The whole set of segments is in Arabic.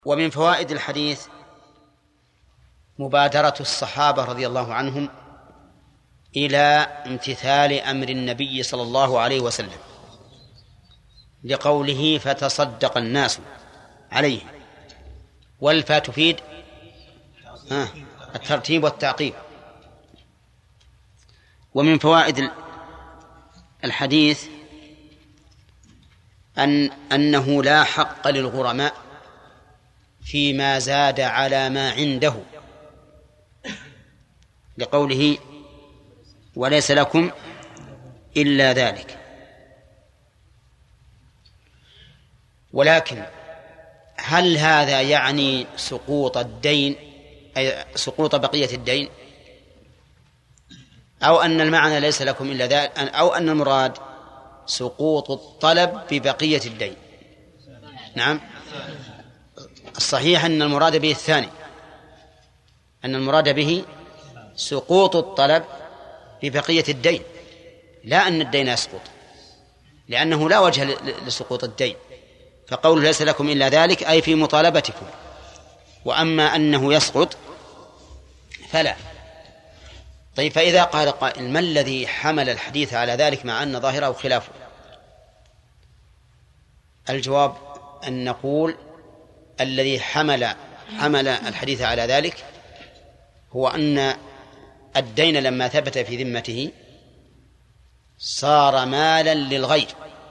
ومن فوائد الحديث مبادرة الصحابة رضي الله عنهم إلى امتثال أمر النبي صلى الله عليه وسلم لقوله فتصدق الناس عليه، والفاء تفيد الترتيب والتعقيب. ومن فوائد الحديث أنه لا حق للغرماء فيما زاد على ما عنده، لقوله وليس لكم إلا ذلك. ولكن هل هذا يعني سقوط الدين، أي سقوط بقية الدين، أو أن المعنى ليس لكم إلا ذلك، أو أن المراد سقوط الطلب ببقية الدين؟ نعم، الصحيح أن المراد به الثاني، أن المراد به سقوط الطلب ببقية الدين، لا أن الدين يسقط، لأنه لا وجه لسقوط الدين. فقوله ليس لكم إلا ذلك أي في مطالبتكم، وأما أنه يسقط فلا. طيب، فإذا قال قائل ما الذي حمل الحديث على ذلك مع أن ظاهره خلافه؟ الجواب أن نقول الذي حمل الحديث على ذلك هو أن الدين لما ثبت في ذمته صار مالا للغير،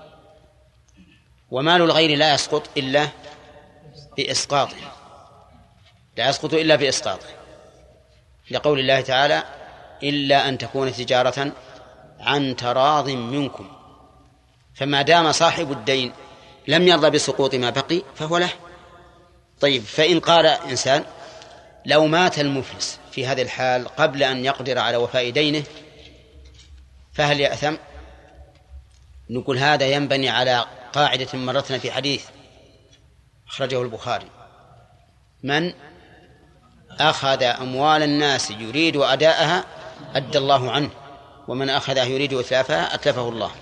ومال الغير لا يسقط إلا بإسقاطه، لا يسقط إلا بإسقاطه، لقول الله تعالى إلا أن تكون تجارة عن تراض منكم. فما دام صاحب الدين لم يرضى بسقوط ما بقي فهو له. طيب، فإن قال إنسان لو مات المفلس في هذه الحال قبل أن يقدر على وفاء دينه فهل يأثم؟ نقول هذا ينبني على قاعدة مرتنا في حديث أخرجه البخاري: من أخذ أموال الناس يريد أداءها أدى الله عنه، ومن أخذها يريد إتلافها أتلفه الله.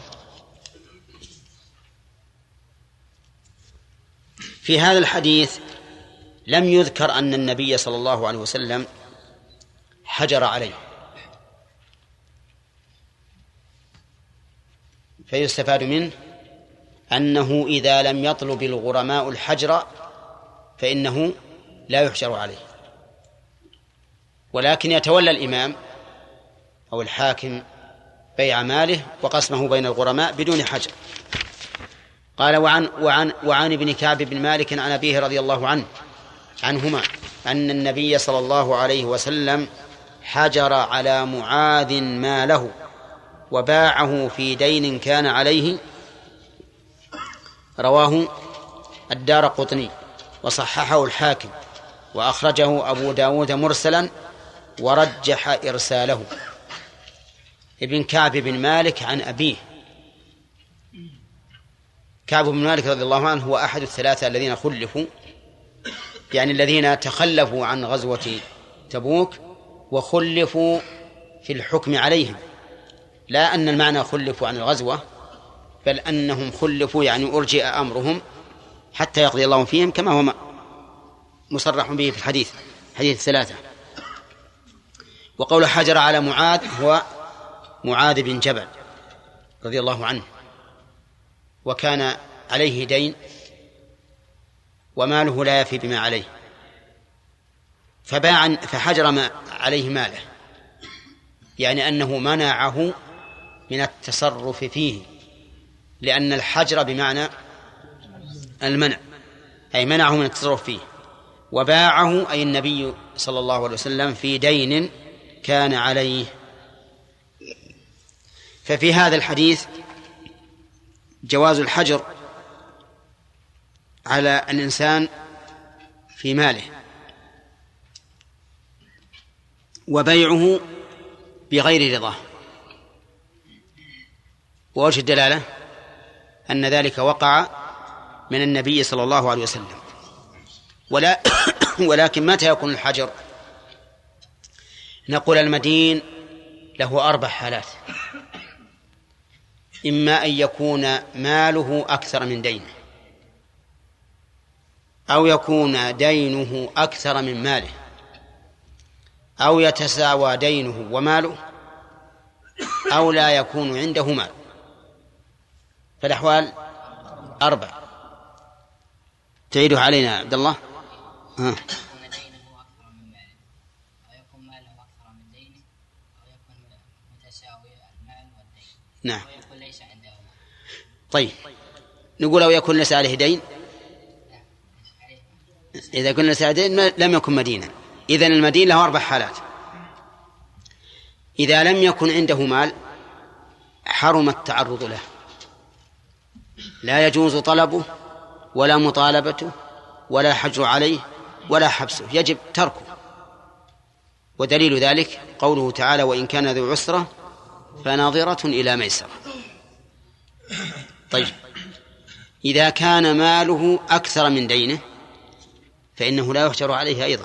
في هذا الحديث لم يذكر أن النبي صلى الله عليه وسلم حجر عليه، فيستفاد منه أنه إذا لم يطلب الغرماء الحجر فإنه لا يحجر عليه، ولكن يتولى الإمام أو الحاكم بيع ماله وقسمه بين الغرماء بدون حجر. قال وعن ابن كعب بن مالك عن أبيه رضي الله عنهما أن النبي صلى الله عليه وسلم حجر على معاذ ماله وباعه في دين كان عليه. رواه الدارقطني وصححه الحاكم وأخرجه أبو داود مرسلا ورجح إرساله. ابن كعب بن مالك عن أبيه. كعب بن مالك رضي الله عنه هو أحد الثلاثة الذين خلفوا، يعني الذين تخلفوا عن غزوة تبوك وخلفوا في الحكم عليهم، لا أن المعنى خلفوا عن الغزوة، بل أنهم خلفوا يعني أرجئ أمرهم حتى يقضي الله فيهم، كما هو مصرح به في الحديث، حديث الثلاثة. وقول حجر على معاذ هو معاذ بن جبل رضي الله عنه، وكان عليه دين وماله لا يفي بما عليه، فحجر ما عليه ماله، يعني أنه منعه من التصرف فيه، لأن الحجر بمعنى المنع، أي منعه من التصرف فيه. وباعه أي النبي صلى الله عليه وسلم في دين كان عليه. ففي هذا الحديث جواز الحجر على الإنسان في ماله وبيعه بغير رضاه. ووجه الدلالة أن ذلك وقع من النبي صلى الله عليه وسلم. ولكن متى يكون الحجر؟ نقول المدين له 4 حالات: إما أن يكون ماله أكثر من دينه، أو يكون دينه أكثر من ماله، أو يتساوى دينه وماله، أو لا يكون عنده مال. فالأحوال 4. تعيدها علينا عبد الله. نعم. طيب نقول أو يكون ليس عليه دين. إذا كنا ليس عليه دين لم يكن مدينا. إذن المدين له 4 حالات. إذا لم يكن عنده مال حرم التعرض له، لا يجوز طلبه ولا مطالبته ولا حجر عليه ولا حبسه، يجب تركه. ودليل ذلك قوله تعالى: وإن كان ذو عسرة فناظرة إلى ميسرة. طيب إذا كان ماله أكثر من دينه فإنه لا يحجر عليه أيضا،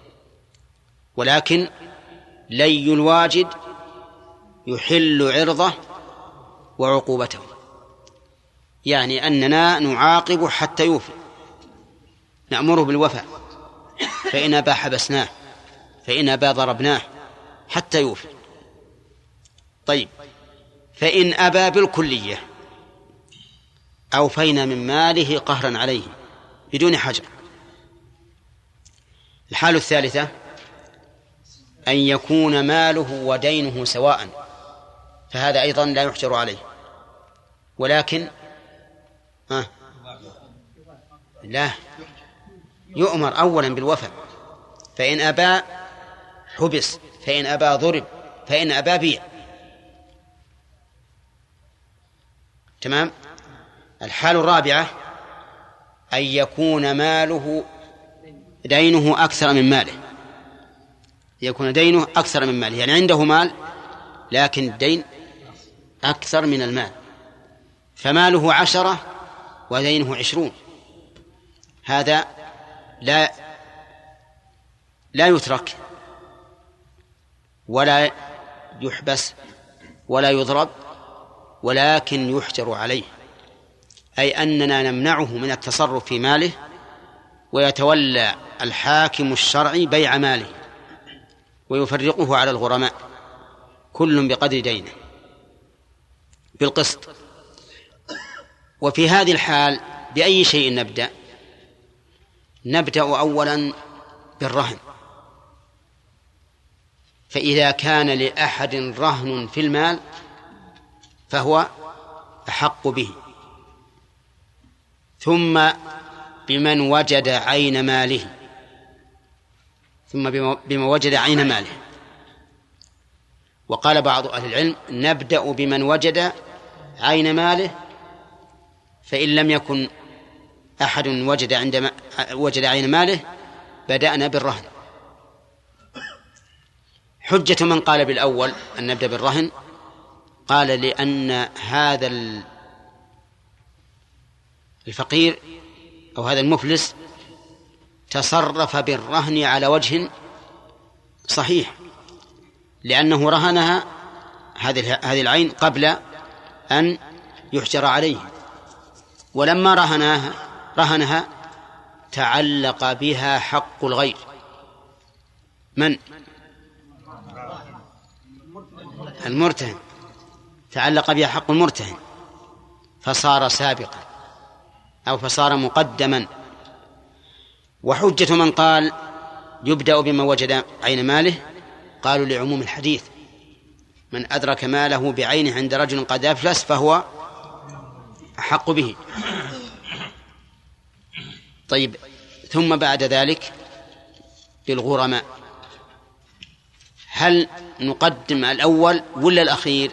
ولكن لي الواجد يحل عرضه وعقوبته، يعني أننا نعاقب حتى يوفي، نأمره بالوفاء، فإن أبى حبسناه، فإن أبى ضربناه حتى يوفي. طيب فإن أبى بالكلية أوفينا من ماله قهرا عليه بدون حجر. الحالة الثالثة أن يكون ماله ودينه سواء، فهذا أيضا لا يحجر عليه، ولكن لا يؤمر أولا بالوفاء، فإن أبى حبس، فإن أبى ضرب، فإن أبى بيع. تمام. الحالة الرابعة أن يكون ماله دينه أكثر من ماله، يكون دينه أكثر من ماله، يعني عنده مال لكن الدين أكثر من المال، فماله 10 ودينه 20. هذا لا يترك ولا يحبس ولا يضرب، ولكن يحجر عليه، أي أننا نمنعه من التصرف في ماله، ويتولى الحاكم الشرعي بيع ماله ويفرقه على الغرماء كل بقدر دينه بالقسط. وفي هذه الحال بأي شيء نبدأ؟ نبدأ أولا بالرهن. فإذا كان لأحد رهن في المال فهو أحق به، ثم بمن وجد عين ماله، ثم بما وجد عين ماله. وقال بعض أهل العلم: نبدأ بمن وجد عين ماله، فإن لم يكن أحد وجد عين ماله بدأنا بالرهن. حجة من قال بالأول أن نبدأ بالرهن قال: لأن هذا الفقير أو هذا المفلس تصرف بالرهن على وجه صحيح، لأنه رهنها هذه العين قبل أن يحجر عليه، ولما رهنها تعلق بها حق الغير. من؟ المرتهن، تعلق بها حق المرتهن، فصار سابقا أو فصار مقدما. وحجة من قال يبدأ بما وجد عين ماله قالوا لعموم الحديث: من أدرك ماله بعينه عند رجل قد أفلس فهو أحق به. طيب ثم بعد ذلك بالغرماء، هل نقدم الأول ولا الأخير؟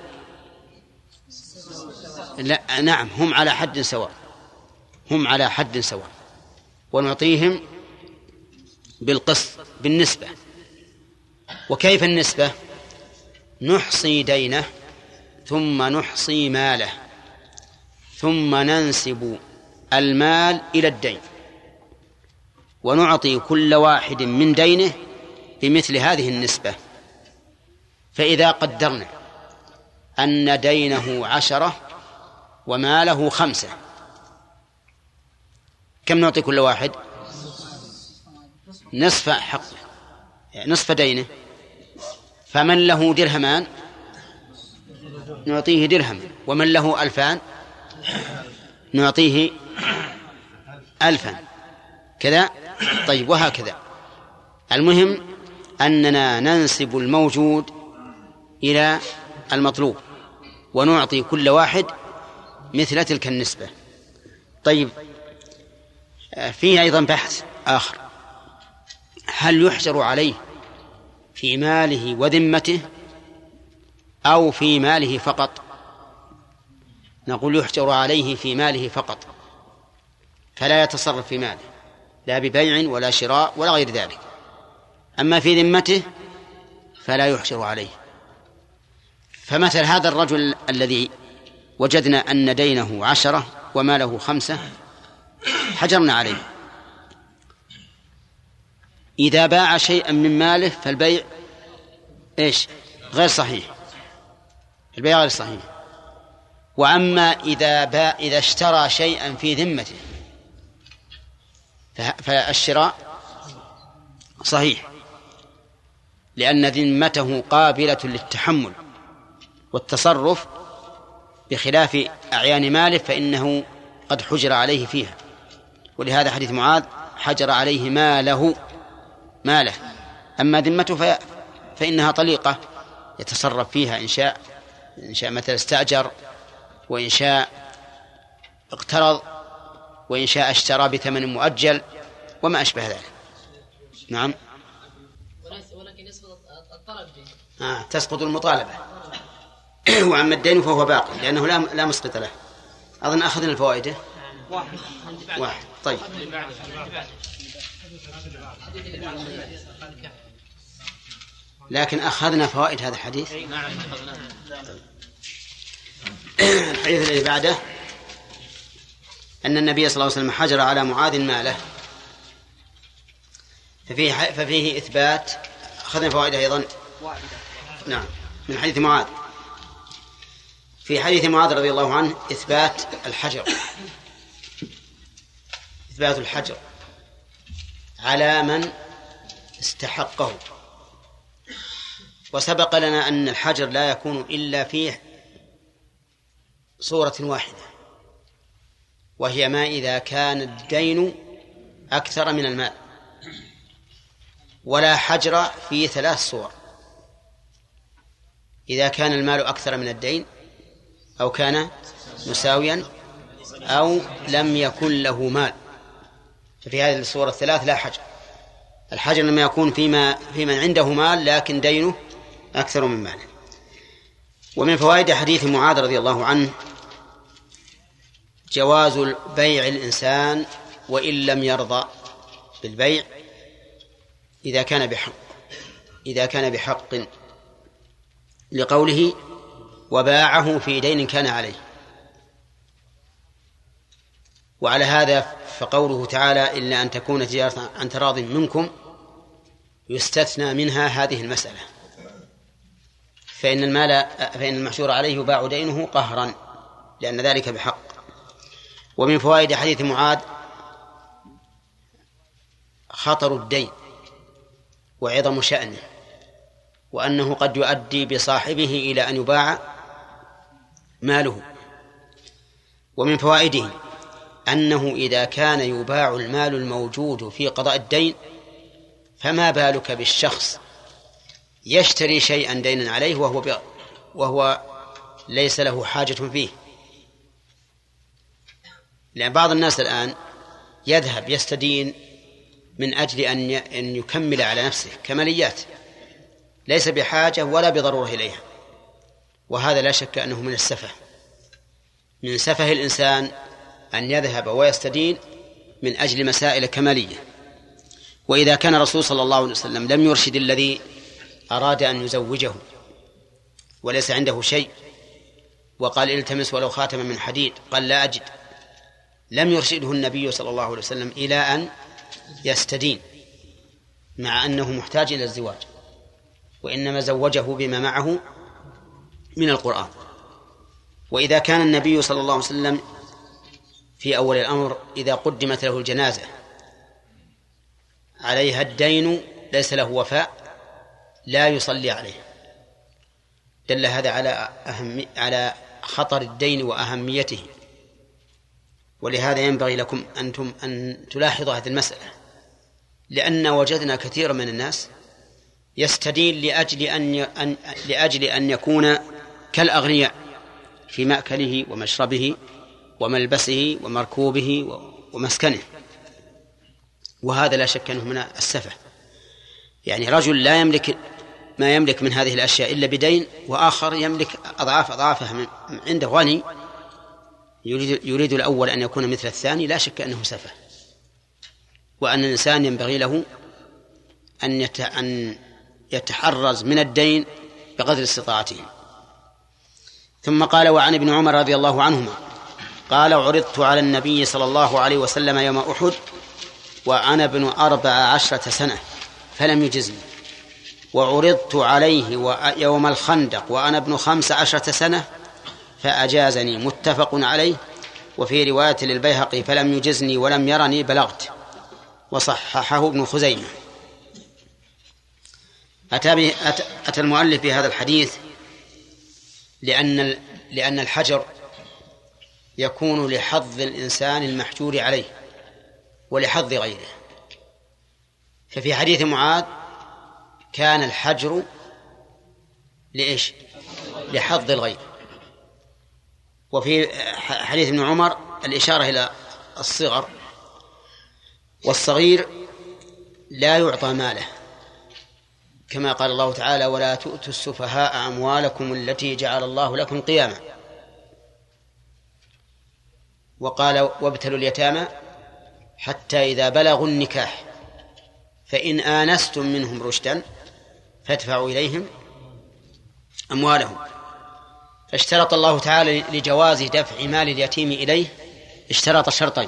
لا، نعم، هم على حد سواء، هم على حد سواء، ونعطيهم بالقسط بالنسبة. وكيف النسبة؟ نحصي دينه ثم نحصي ماله ثم ننسب المال إلى الدين، ونعطي كل واحد من دينه بمثل هذه النسبة. فإذا قدرنا أن دينه 10 وماله 5، كم نعطي كل واحد؟ نصف حقه، يعني نصف دينه. فمن له درهمان نعطيه درهم، ومن له 2000 نعطيه 1000 كذا. طيب، وهكذا. المهم أننا ننسب الموجود إلى المطلوب ونعطي كل واحد مثل تلك النسبة. طيب، فيه أيضا بحث آخر: هل يحجر عليه في ماله وذمته أو في ماله فقط؟ نقول يحجر عليه في ماله فقط، فلا يتصرف في ماله لا ببيع ولا شراء ولا غير ذلك. أما في ذمته فلا يحجر عليه. فمثل هذا الرجل الذي وجدنا أن دينه 10 وماله 5 حجرنا عليه. إذا باع شيئا من ماله فالبيع غير صحيح، البيع غير صحيح. وأما إذا اشترى شيئا في ذمته فالشراء صحيح، لأن ذمته قابلة للتحمل والتصرف، بخلاف أعيان ماله فإنه قد حجر عليه فيها. ولهذا حديث معاذ حجر عليه ماله. أما ذمته فإنها طليقة يتصرف فيها إن شاء مثلا استأجر، وإن شاء اقترض، وإن شاء اشترى بثمن مؤجل وما أشبه ذلك. نعم. ولكن يسقط الطلب تسقط المطالبة. وأما الدين فهو باقي لأنه لا مسقط له. أظن أخذنا الفوائد واحد. طيب، لكن أخذنا فوائد هذا الحديث. الحديث الذي بعده أن النبي صلى الله عليه وسلم حجر على معاذ ماله، ففيه إثبات. أخذنا فوائد أيضا. نعم، من حديث معاذ. في حديث معاذ رضي الله عنه إثبات الحجر على من استحقه. وسبق لنا أن الحجر لا يكون إلا فيه صورة واحدة، وهي ما إذا كان الدين أكثر من المال. ولا حجر في 3 صور: إذا كان المال أكثر من الدين، أو كان مساويا، أو لم يكن له مال. ففي هذه الصورة الثلاث لا حجر. الحجر لما يكون في من عنده مال لكن دينه أكثر من ماله. ومن فوائد حديث معاذ رضي الله عنه جواز بيع الإنسان وإن لم يرضى بالبيع إذا كان بحق، لقوله: وباعه في دين كان عليه. وعلى هذا فقوله تعالى: إلا أن تكون تجارة عن تراض منكم يستثنى منها هذه المسألة، فإن المحجور عليه يباع دينه قهرا، لأن ذلك بحق. ومن فوائد حديث معاذ خطر الدين وعظم شأنه، وأنه قد يؤدي بصاحبه إلى أن يباع ماله. ومن فوائده أنه إذا كان يباع المال الموجود في قضاء الدين، فما بالك بالشخص يشتري شيئا دينا عليه وهو ليس له حاجة فيه. لأن بعض الناس الآن يذهب يستدين من أجل أن يكمل على نفسه كماليات، ليس بحاجة ولا بضرورة إليها، وهذا لا شك أنه من السفه. من سفه الإنسان أن يذهب ويستدين من أجل مسائل كمالية. وإذا كان الرسول صلى الله عليه وسلم لم يرشد الذي أراد أن يزوجه وليس عنده شيء وقال: التمس ولو خاتما من حديد، قال: لا أجد، لم يرشده النبي صلى الله عليه وسلم إلى أن يستدين، مع أنه محتاج إلى الزواج، وإنما زوجه بما معه من القرآن. وإذا كان النبي صلى الله عليه وسلم في أول الأمر إذا قدمت له الجنازة عليها الدين ليس له وفاء لا يصلي عليه. دل هذا على خطر الدين وأهميته. ولهذا ينبغي لكم أنتم أن تلاحظوا هذه المسألة، لأن وجدنا كثير من الناس يستدين لأجل أن يكون كالأغنياء في مأكله ومشربه وملبسه ومركوبه ومسكنه، وهذا لا شك أنه من السفة. يعني رجل لا يملك ما يملك من هذه الأشياء إلا بدين، وآخر يملك أضعافها عنده غني يريد الأول أن يكون مثل الثاني، لا شك أنه سفة، وأن الإنسان ينبغي له أن يتحرز من الدين بقدر استطاعته. ثم قال: وعن ابن عمر رضي الله عنهما قال: عرضت على النبي صلى الله عليه وسلم يوم أحد وأنا ابن 14 سنة فلم يجزني، وعرضت عليه يوم الخندق وأنا ابن 15 سنة فأجازني، متفق عليه. وفي رواية للبيهقي: فلم يجزني ولم يرني بلغت، وصححه ابن خزيمة. أتى المؤلف بهذا الحديث لأن الحجر يكون لحظ الإنسان المحجور عليه ولحظ غيره. ففي حديث معاذ كان الحجر لإيش؟ لحظ الغير. وفي حديث ابن عمر الإشارة إلى الصغر، والصغير لا يعطى ماله، كما قال الله تعالى: ولا تؤتوا السفهاء أموالكم التي جعل الله لكم قياما. وقال: وابتلوا اليتامى حتى إذا بلغوا النكاح فإن آنستم منهم رشدا فادفعوا إليهم أموالهم. فاشترط الله تعالى لجواز دفع مال اليتيم إليه، اشترط شرطين: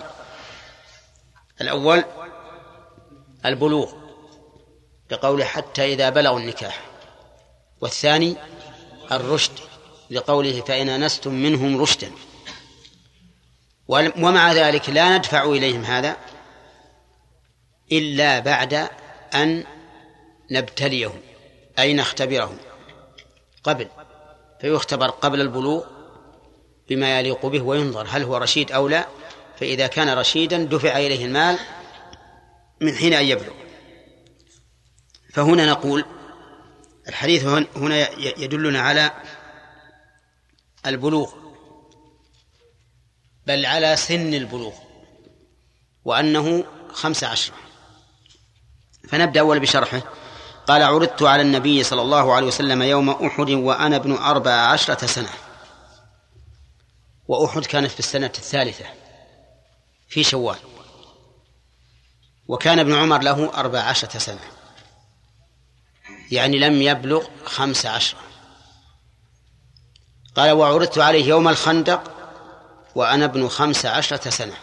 الأول البلوغ بقوله حتى إذا بلغوا النكاح، والثاني الرشد لقوله فإن آنستم منهم رشدا. ومع ذلك لا ندفع إليهم هذا إلا بعد أن نبتليهم، أي نختبرهم قبل، فيختبر قبل البلوغ بما يليق به وينظر هل هو رشيد أو لا، فإذا كان رشيدا دفع إليه المال من حين أن يبلغ. فهنا نقول الحديث هنا يدلنا على البلوغ، بل على سن البلوغ، وأنه 15. فنبدأ أول بشرحه. قال: عرضت على النبي صلى الله عليه وسلم يوم أحد وأنا ابن 14 سنة. وأحد كانت في السنة 3 في شوال، وكان ابن عمر له 14 سنة، يعني لم يبلغ 15. قال: وعرضت عليه يوم الخندق وأنا ابن 15 سنة.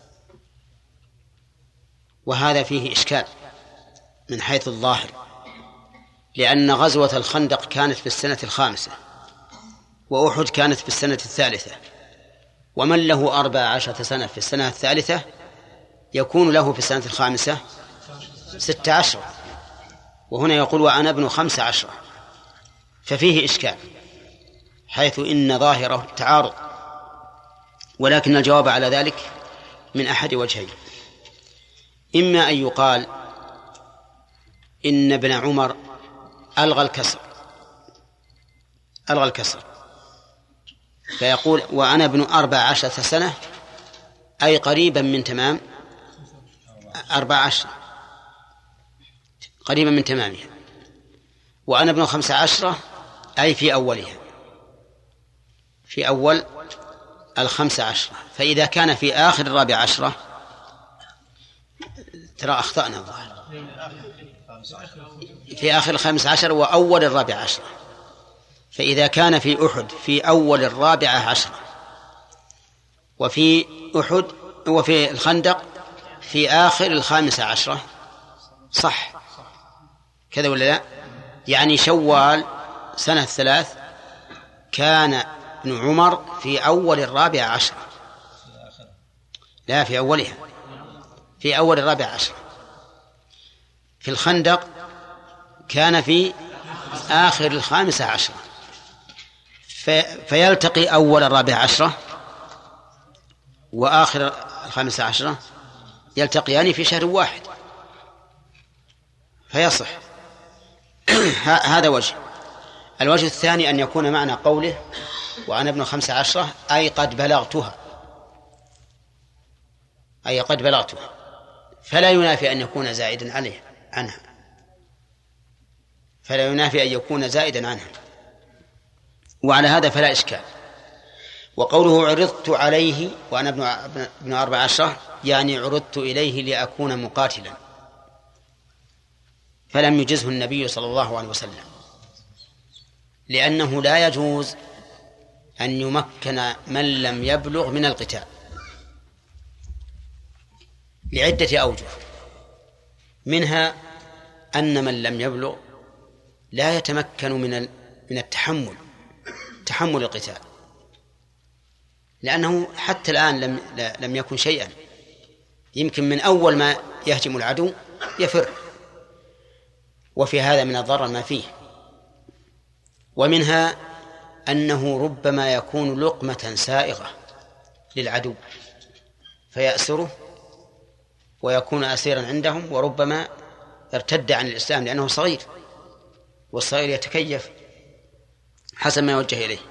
وهذا فيه إشكال من حيث الظاهر، لأن غزوة الخندق كانت في السنة 5 وأحد كانت في السنة 3، ومن له 14 سنة في السنة 3 يكون له في السنة 5 16، وهنا يقول وأنا ابن 15، ففيه إشكال حيث إن ظاهره التعارض. ولكن الجواب على ذلك من أحد وجهين: إما أن يقال إن ابن عمر ألغى الكسر فيقول وأنا ابن 14 سنة، أي قريبا من تمام 14، قريبا من تمامها، وأنا ابن 15 أي في أولها، في أول 15. فإذا كان في آخر 14 ترى أخطأنا الظاهر، في آخر 15 وأول 14. فإذا كان في أحد في أول 14 وفي أحد وفي الخندق في آخر 15 صح كذا ولا لا؟ يعني شوال سنة 3 كان ابن عمر في أول 14، لا في أولها، في أول 14. في الخندق كان في آخر 15، فيلتقي أول 14 وآخر 15 يلتقيان في شهر واحد فيصح. هذا وجه. الوجه الثاني أن يكون معنى قوله وأنا ابن 15 أي قد بلغتها، أي قد بلغتها، فلا ينافي أن يكون زائدا عنها، فلا ينافي أن يكون زائدا عنها، وعلى هذا فلا إشكال. وقوله عرضت عليه وأنا ابن 14 يعني عرضت إليه لأكون مقاتلا، فلم يجزه النبي صلى الله عليه وسلم، لأنه لا يجوز أن يمكن من لم يبلغ من القتال لعدة أوجه، منها أن من لم يبلغ لا يتمكن من تحمل القتال، لأنه حتى الآن لم يكن شيئا، يمكن من أول ما يهجم العدو يفر، وفي هذا من الضرر ما فيه. ومنها أنه ربما يكون لقمة سائغة للعدو فيأسره ويكون أسيرا عندهم، وربما ارتد عن الإسلام لأنه صغير، والصغير يتكيف حسب ما يوجه إليه.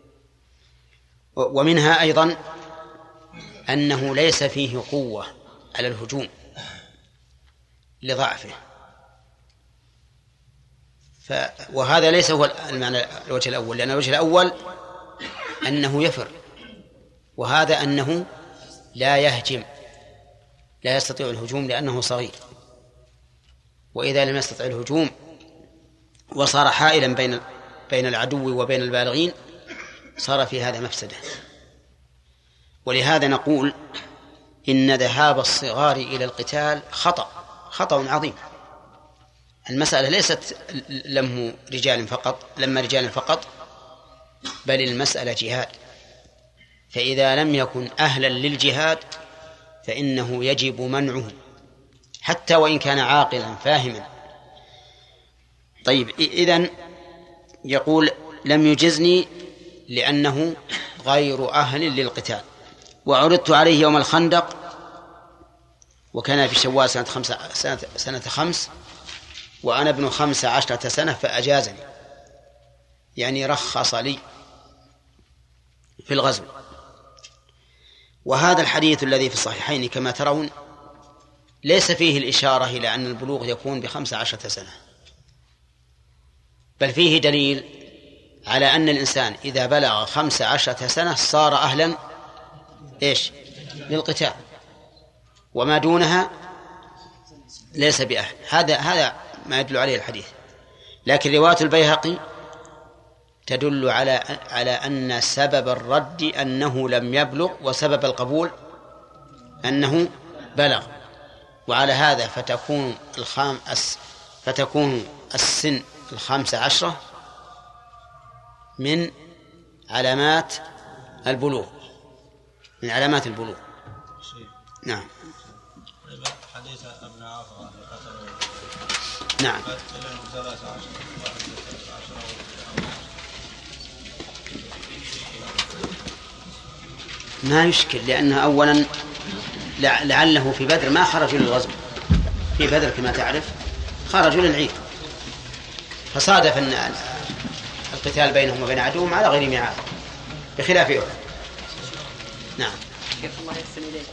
ومنها أيضا أنه ليس فيه قوة على الهجوم لضعفه، وهذا ليس هو المعنى الوجه الأول، لأن الوجه الأول أنه يفر، وهذا أنه لا يهجم، لا يستطيع الهجوم لأنه صغير، وإذا لم يستطع الهجوم وصار حائلا بين العدو وبين البالغين صار في هذا مفسدة. ولهذا نقول إن ذهاب الصغار إلى القتال خطأ عظيم. المسألة ليست لم رجال فقط، بل المسألة جهاد، فإذا لم يكن أهلا للجهاد فإنه يجب منعه حتى وإن كان عاقلا فاهما. طيب، إذن يقول لم يجزني لأنه غير أهل للقتال. وعرضت عليه يوم الخندق وكان في شوال سنة 5 وأنا ابن 15 سنة فأجازني، يعني رخص لي في الغزو. وهذا الحديث الذي في الصحيحين كما ترون ليس فيه الإشارة إلى أن البلوغ يكون ب15 سنة، بل فيه دليل على أن الإنسان إذا بلغ 15 سنة صار أهلا للقتال، وما دونها ليس بأهل. هذا ما يدل عليه الحديث. لكن رواية البيهقي تدل على أن سبب الرد أنه لم يبلغ، وسبب القبول أنه بلغ. وعلى هذا فتكون السن 15 من علامات البلوغ، نعم. حديث ابن عفرة نعم. ما يشكل، لأنه أولا لعله في بدر ما خرجوا للغزو، في بدر كما تعرف خرجوا للعيد، فصادف أن القتال بينهم وبين عدوهم على غير ميعاد بخلاف أحد. نعم. الله يحسن إليك.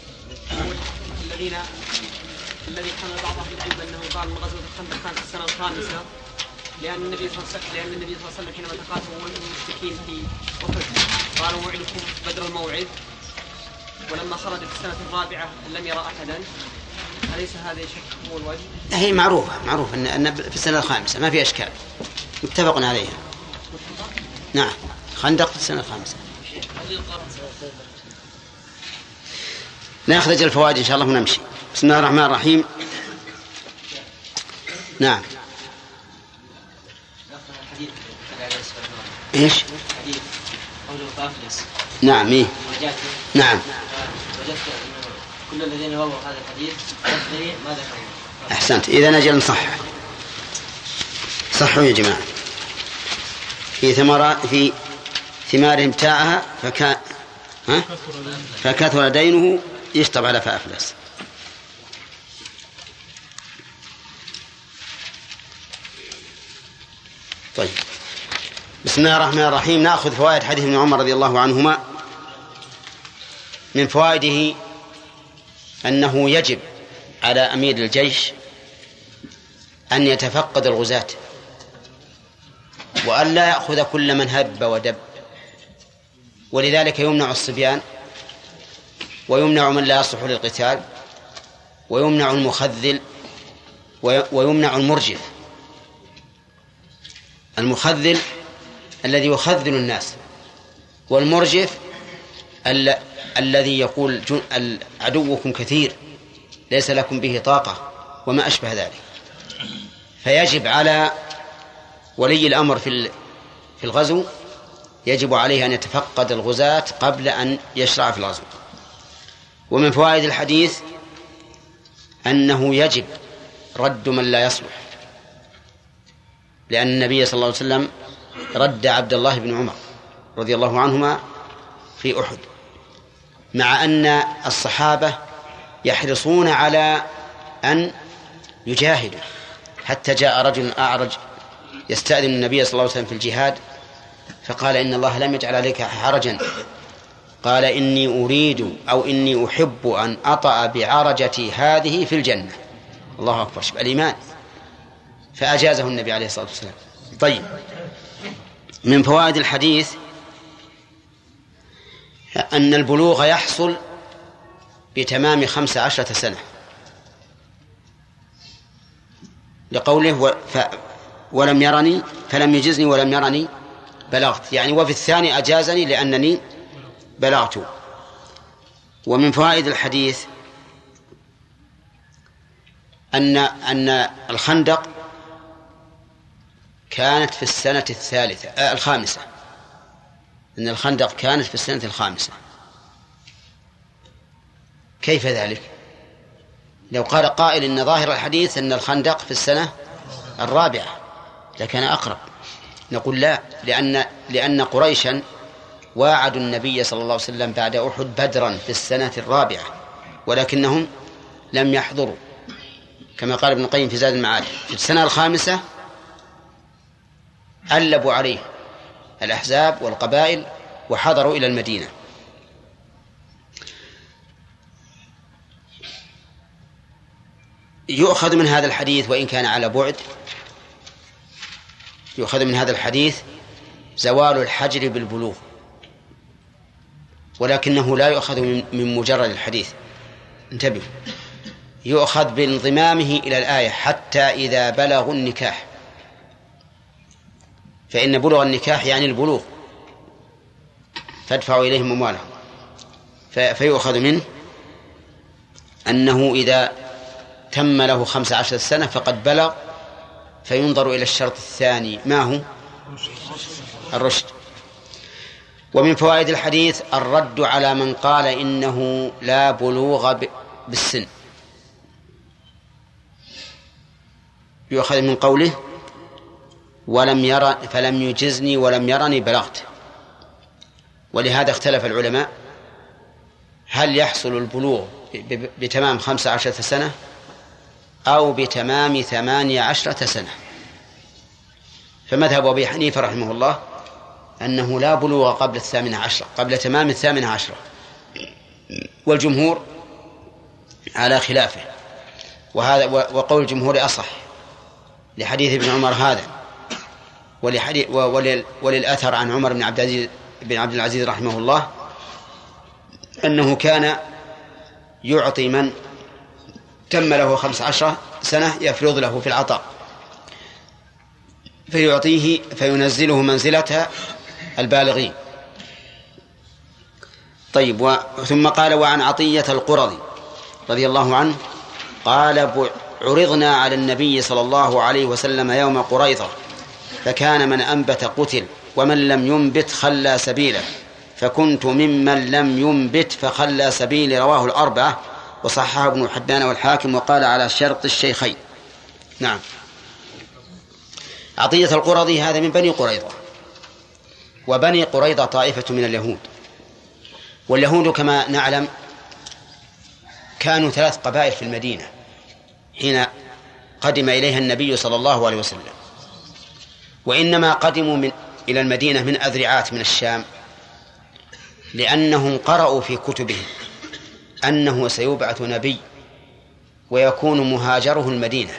الذي حمل بعض أهل العلم أنه قال غزوة الخندق كانت السنة الخامسة، لأن النبي صلى الله عليه وسلم حينما تقاتلوا المشركين في أحد قالوا موعدكم بدر الموعد، ولما خرج في السنة الرابعة لم يرى أحدا. أليس هذا شك هو الوجه؟ هي معروف أن في السنة الخامسة ما في أشكال، متفق عليها. نعم، خندق في السنة الخامسة. نأخذ الفوائد إن شاء الله ونمشي. بسم الله الرحمن الرحيم. نعم. إيش؟ حديث قوله فأفلس. نعم. إيه؟ نعم. وجدت كل الذين رووا هذا الحديث يقضي ما ذكروا أحسنت. إذا نجل نصحح، صحوا يا جماعة. في ثمارهم بتاعها فكثر دينه يشطب على فأفلس. طيب، بسم الله الرحمن الرحيم. نأخذ فوائد حديث ابن عمر رضي الله عنهما. من فوائده أنه يجب على أمير الجيش أن يتفقد الغزاة وأن لا يأخذ كل من هب ودب، ولذلك يمنع الصبيان ويمنع من لا يصلح للقتال ويمنع المخذل ويمنع المرجف. المخذل الذي يخذل الناس، والمرجف الذي يقول عدوكم كثير ليس لكم به طاقة وما أشبه ذلك. فيجب على ولي الأمر في الغزو، يجب عليه أن يتفقد الغزاة قبل أن يشرع في الغزو. ومن فوائد الحديث أنه يجب رد من لا يصلح، لأن النبي صلى الله عليه وسلم رد عبد الله بن عمر رضي الله عنهما في أحد، مع أن الصحابة يحرصون على أن يجاهدوا، حتى جاء رجل أعرج يستأذن النبي صلى الله عليه وسلم في الجهاد فقال: إن الله لم يجعل عليك حرجا. قال: إني أريد أو إني أحب أن أطأ بعرجتي هذه في الجنة. الله أكبر، شوف الإيمان. فأجازه النبي عليه الصلاة والسلام. طيب، من فوائد الحديث أن البلوغ يحصل بتمام 15 سنة، لقوله ولم يرني فلم يجزني ولم يرني بلغت، يعني وفي الثاني أجازني لأنني بلغت. ومن فوائد الحديث أن الخندق كانت في السنة الخامسة، أن الخندق كانت في السنة الخامسة. كيف ذلك؟ لو قال قائل إن ظاهر الحديث أن الخندق في السنة الرابعة لكان أقرب. نقول لا، لأن قريشا واعدوا النبي صلى الله عليه وسلم بعد أحد بدرا في السنة الرابعة، ولكنهم لم يحضروا، كما قال ابن القيم في زاد المعاد. في السنة الخامسة ألبوا عليه الأحزاب والقبائل وحضروا إلى المدينة. يؤخذ من هذا الحديث، وإن كان على بعد، يؤخذ من هذا الحديث زوال الحجر بالبلوغ، ولكنه لا يؤخذ من مجرد الحديث. انتبهوا، يؤخذ بانضمامه إلى الآية حتى إذا بلغوا النكاح، فإن بلغ النكاح يعني البلوغ، فادفعوا إليهم أموالهم. فيؤخذ منه أنه إذا تم له 15 سنة فقد بلغ، فينظر إلى الشرط الثاني، ما هو؟ الرشد. ومن فوائد الحديث الرد على من قال إنه لا بلوغ بالسن. يؤخذ من قوله فلم يجزني ولم يرني بلغت. ولهذا اختلف العلماء هل يحصل البلوغ بتمام 15 سنة أو بتمام 18 سنة. فمذهب أبي حنيفة رحمه الله أنه لا بلوغ قبل 18، قبل تمام 18، والجمهور على خلافه. وقول الجمهور أصح لحديث ابن عمر هذا، وللأثر عن عمر بن عبد العزيز رحمه الله أنه كان يعطي من تم له 15 سنة يفرض له في العطاء، فيعطيه فينزله منزلة البالغين. طيب، ثم قال: وعن عطية القرظي رضي الله عنه قال: عرضنا على النبي صلى الله عليه وسلم يوم قريظة، فكان من أنبت قتل ومن لم ينبت خلى سبيله، فكنت ممن لم ينبت فخلى سبيلي. رواه الأربعة وصححه ابن حبان والحاكم وقال على شرط الشيخين. نعم. عطية القرظي هذا من بني قريظة، وبني قريظة طائفة من اليهود، واليهود كما نعلم كانوا 3 قبائل في المدينة حين قدم إليها النبي صلى الله عليه وسلم، وإنما قدموا إلى المدينة من أذرعات من الشام، لأنهم قرأوا في كتبهم أنه سيبعث نبي ويكون مهاجره المدينة،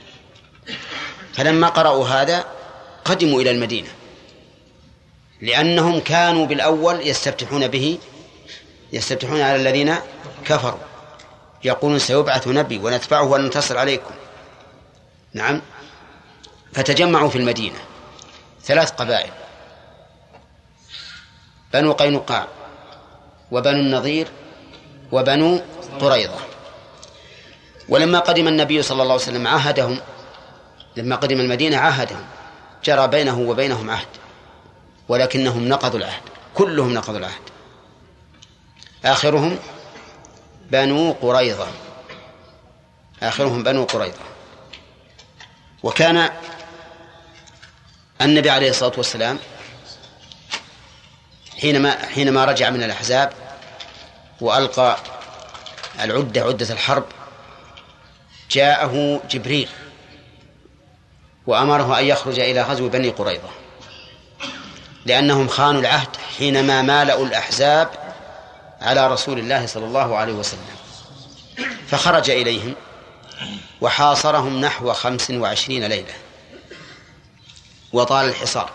فلما قرأوا هذا قدموا إلى المدينة، لأنهم كانوا بالأول يستفتحون على الذين كفروا، يقولون سيبعث نبي ونتبعه وننتصر عليكم. نعم. فتجمعوا في المدينة 3 قبائل: بنو قينقاع وبنو النضير وبنو قريظة. ولما قدم النبي صلى الله عليه وسلم عاهدهم، لما قدم المدينة عاهدهم، جرى بينه وبينهم عهد، ولكنهم نقضوا العهد، كلهم نقضوا العهد، آخرهم بنو قريظة. وكان النبي عليه الصلاة والسلام حينما رجع من الأحزاب وألقى عدة الحرب، جاءه جبريل وأمره أن يخرج إلى غزو بني قريظة، لأنهم خانوا العهد حينما مالأوا الأحزاب على رسول الله صلى الله عليه وسلم، فخرج إليهم وحاصرهم نحو 25 ليلة وطال الحصار،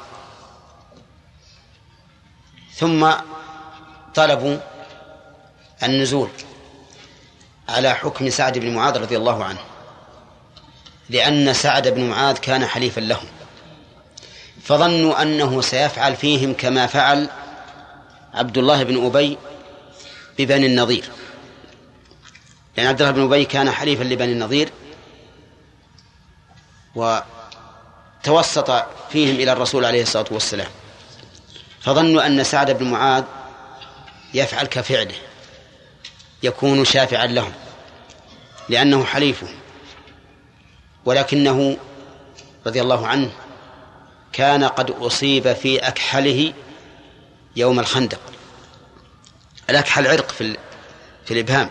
ثم طلبوا النزول على حكم سعد بن معاذ رضي الله عنه، لأن سعد بن معاذ كان حليفا لهم، فظنوا أنه سيفعل فيهم كما فعل عبد الله بن أبي ببني النضير، لأن عبد الله بن أبي كان حليفا لبني النضير وتوسط فيهم إلى الرسول عليه الصلاة والسلام، فظنوا أن سعد بن معاذ يفعل كفعله، يكون شافعا لهم لأنه حليفه، ولكنه رضي الله عنه كان قد أصيب في أكحله يوم الخندق. الأكحل عرق في الإبهام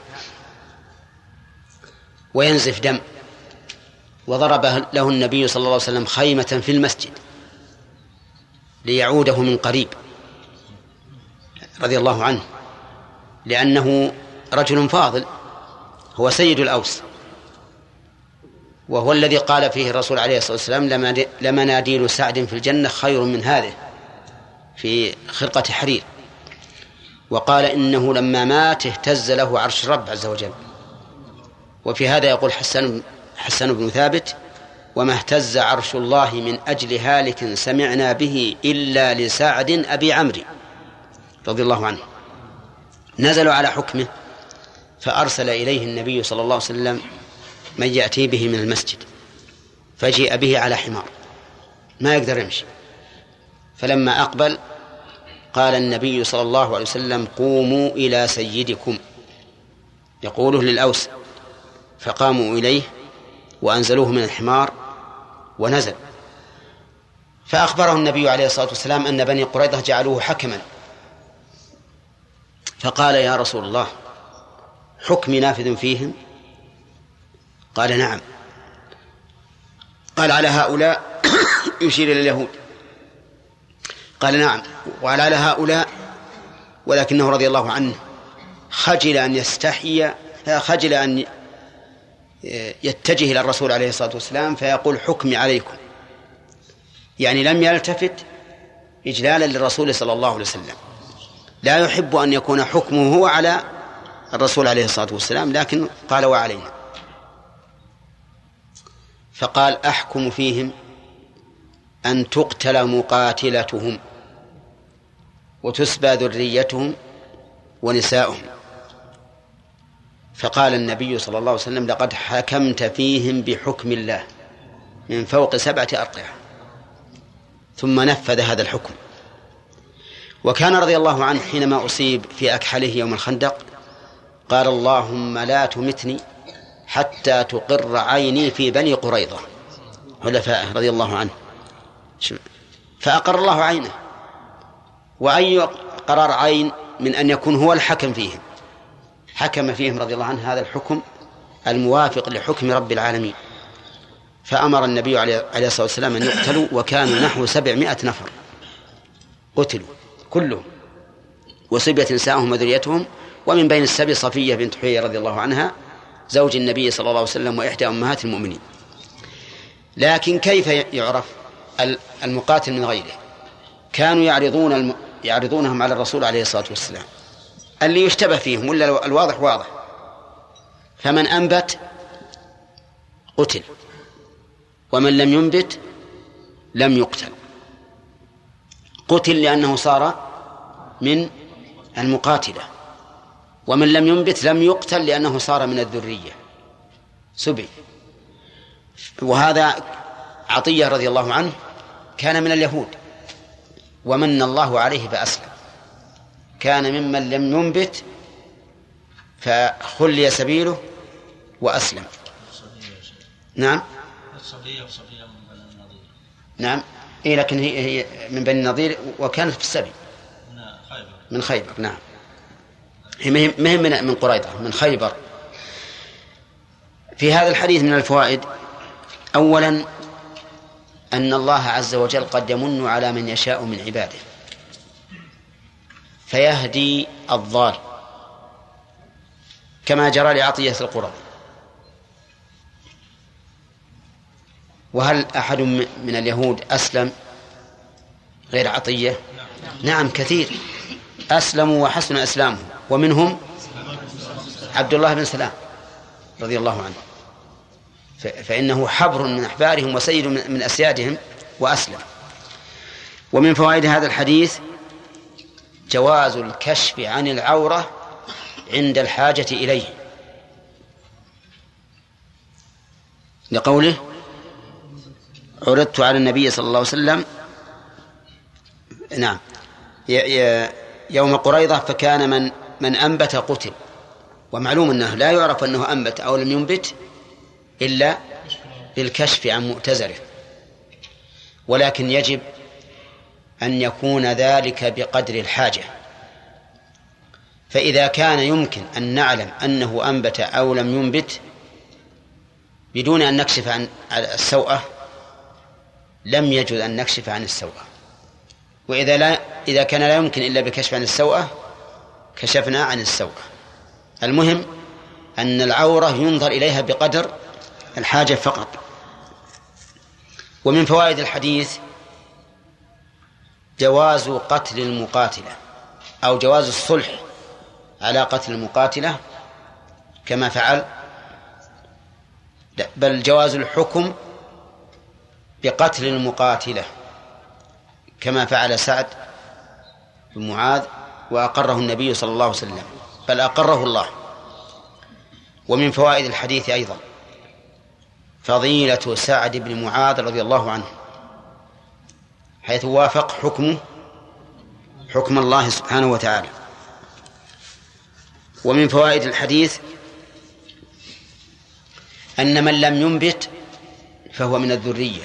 وينزف دم، وضرب له النبي صلى الله عليه وسلم خيمة في المسجد ليعوده من قريب رضي الله عنه، لأنه رجل فاضل، هو سيد الأوس، وهو الذي قال فيه الرسول عليه الصلاة والسلام: لمناديل سعد في الجنة خير من هذه، في خرقة حرير. وقال إنه لما مات اهتز له عرش الرب عز وجل. وفي هذا يقول حسن بن ثابت: وما اهتز عرش الله من أجل هالك سمعنا به إلا لسعد أبي عمرو رضي الله عنه. نزلوا على حكمه، فأرسل إليه النبي صلى الله عليه وسلم من يأتي به من المسجد، فجيء به على حمار ما يقدر يمشي، فلما أقبل قال النبي صلى الله عليه وسلم: قوموا إلى سيدكم، يقوله للأوس، فقاموا إليه وأنزلوه من الحمار ونزل، فأخبره النبي عليه الصلاة والسلام أن بني قريظة جعلوه حكما، فقال: يا رسول الله، حكمي نافذ فيهم؟ قال: نعم. قال: على هؤلاء يشير إلى اليهود. قال: نعم، وعلى هؤلاء، ولكنه رضي الله عنه خجل أن يتجه إلى الرسول عليه الصلاة والسلام فيقول: حكمي عليكم، يعني لم يلتفت إجلالا للرسول صلى الله عليه وسلم، لا يحب أن يكون حكمه هو على الرسول عليه الصلاة والسلام، لكن قال: وعلينا. فقال: أحكم فيهم أن تقتل مقاتلتهم وتسبى ذريتهم ونساؤهم. فقال النبي صلى الله عليه وسلم: لقد حكمت فيهم بحكم الله من فوق 7 أرقعة. ثم نفذ هذا الحكم. وكان رضي الله عنه حينما أصيب في أكحله يوم الخندق قال اللهم لا تمتني حتى تقر عيني في بني قريظة حلفائه رضي الله عنه، فأقر الله عينه. وأي قرار عين من أن يكون هو الحكم فيهم، حكم فيهم رضي الله عنه هذا الحكم الموافق لحكم رب العالمين. فأمر النبي عليه الصلاة والسلام أن يقتلوا، وكانوا نحو 700 نفر قتلوا كلهم، وصبية نساءهم وذريتهم، ومن بين السبي صفية بنت حيي رضي الله عنها زوج النبي صلى الله عليه وسلم وإحدى أمهات المؤمنين. لكن كيف يعرف المقاتل من غيره؟ كانوا يعرضونهم على الرسول عليه الصلاة والسلام، اللي يشتبه فيهم ولا الواضح واضح. فمن أنبت قتل، ومن لم ينبت لم يقتل. قتل لأنه صار من المقاتلة، ومن لم ينبت لم يقتل لأنه صار من الذرية سبي. وهذا عطية رضي الله عنه كان من اليهود ومن الله عليه فأسلم، كان ممن لم ينبت فخلي سبيله وأسلم. نعم نعم إيه، لكن هي من بني النضير وكانت في السبي من خيبر. نعم، هي من قريظة، من خيبر. في هذا الحديث من الفوائد: أولا أن الله عز وجل قد يمن على من يشاء من عباده فيهدي الضال، كما جرى لعطية القرى. وهل أحد من اليهود أسلم غير عطية؟ نعم كثير أسلموا وحسن أسلامهم، ومنهم عبد الله بن سلام رضي الله عنه، فإنه حبر من أحبارهم وسيد من أسيادهم وأسلم. ومن فوائد هذا الحديث جواز الكشف عن العورة عند الحاجة إليه، لقوله: عرضت على النبي صلى الله عليه وسلم نعم يوم قريظة فكان من أنبت قتل. ومعلوم أنه لا يعرف أنه أنبت أو لم ينبت إلا بالكشف عن مؤتزره، ولكن يجب أن يكون ذلك بقدر الحاجة. فإذا كان يمكن أن نعلم أنه أنبت أو لم ينبت بدون أن نكشف عن السوءة لم يجوز أن نكشف عن السوءة. إذا كان لا يمكن إلا بكشف عن السوءة كشفنا عن السوءة. المهم أن العورة ينظر إليها بقدر الحاجة فقط. ومن فوائد الحديث جواز قتل المقاتلة أو جواز الصلح على قتل المقاتلة كما فعل، بل جواز الحكم بقتل المقاتلة كما فعل سعد بن معاذ وأقره النبي صلى الله عليه وسلم، بل أقره الله. ومن فوائد الحديث أيضا فضيلة سعد بن معاذ رضي الله عنه، حيث وافق حكمه حكم الله سبحانه وتعالى. ومن فوائد الحديث أن من لم ينبت فهو من الذرية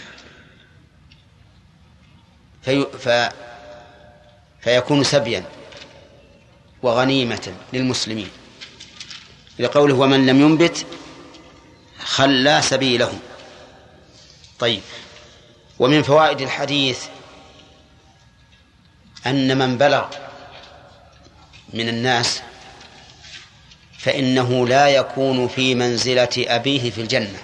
فيكون سبيا وغنيمة للمسلمين، لقوله: ومن لم ينبت خلى سبيله. طيب، ومن فوائد الحديث أن من بلغ من الناس فإنه لا يكون في منزلة أبيه في الجنة،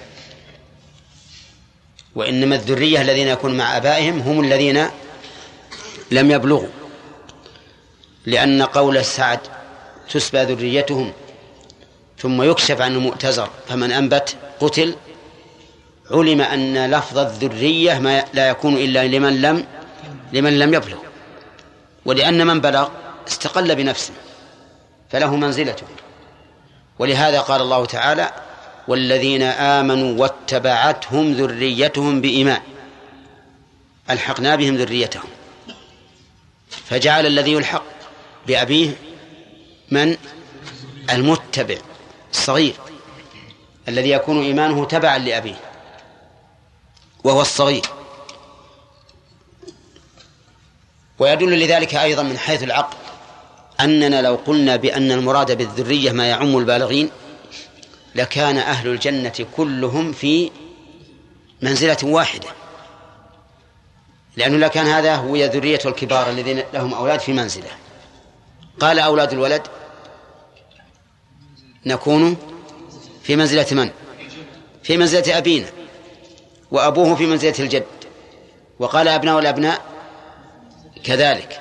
وإنما الذرية الذين يكون مع آبائهم هم الذين لم يبلغوا، لأن قول سعد تسبى ذريتهم ثم يكشف عن المؤتزر فمن أنبت قتل، علم أن لفظ الذرية ما لا يكون إلا لمن لم يبلغ، ولأن من بلغ استقل بنفسه فله منزلته. ولهذا قال الله تعالى: والذين آمنوا واتبعتهم ذريتهم بإيمان ألحقنا بهم ذريتهم، فجعل الذي يلحق بأبيه من المتبع الصغير الذي يكون إيمانه تبعا لأبيه وهو الصغير. ويدل لذلك أيضا من حيث العقل أننا لو قلنا بأن المراد بالذرية ما يعم البالغين لكان أهل الجنة كلهم في منزلة واحدة، لأنه لكان هذا هو ذرية الكبار الذين لهم أولاد في منزلة. قال أولاد الولد نكون في منزلة من؟ في منزلة أبينا، وأبوه في منزلة الجد. وقال أبناء الأبناء كذلك،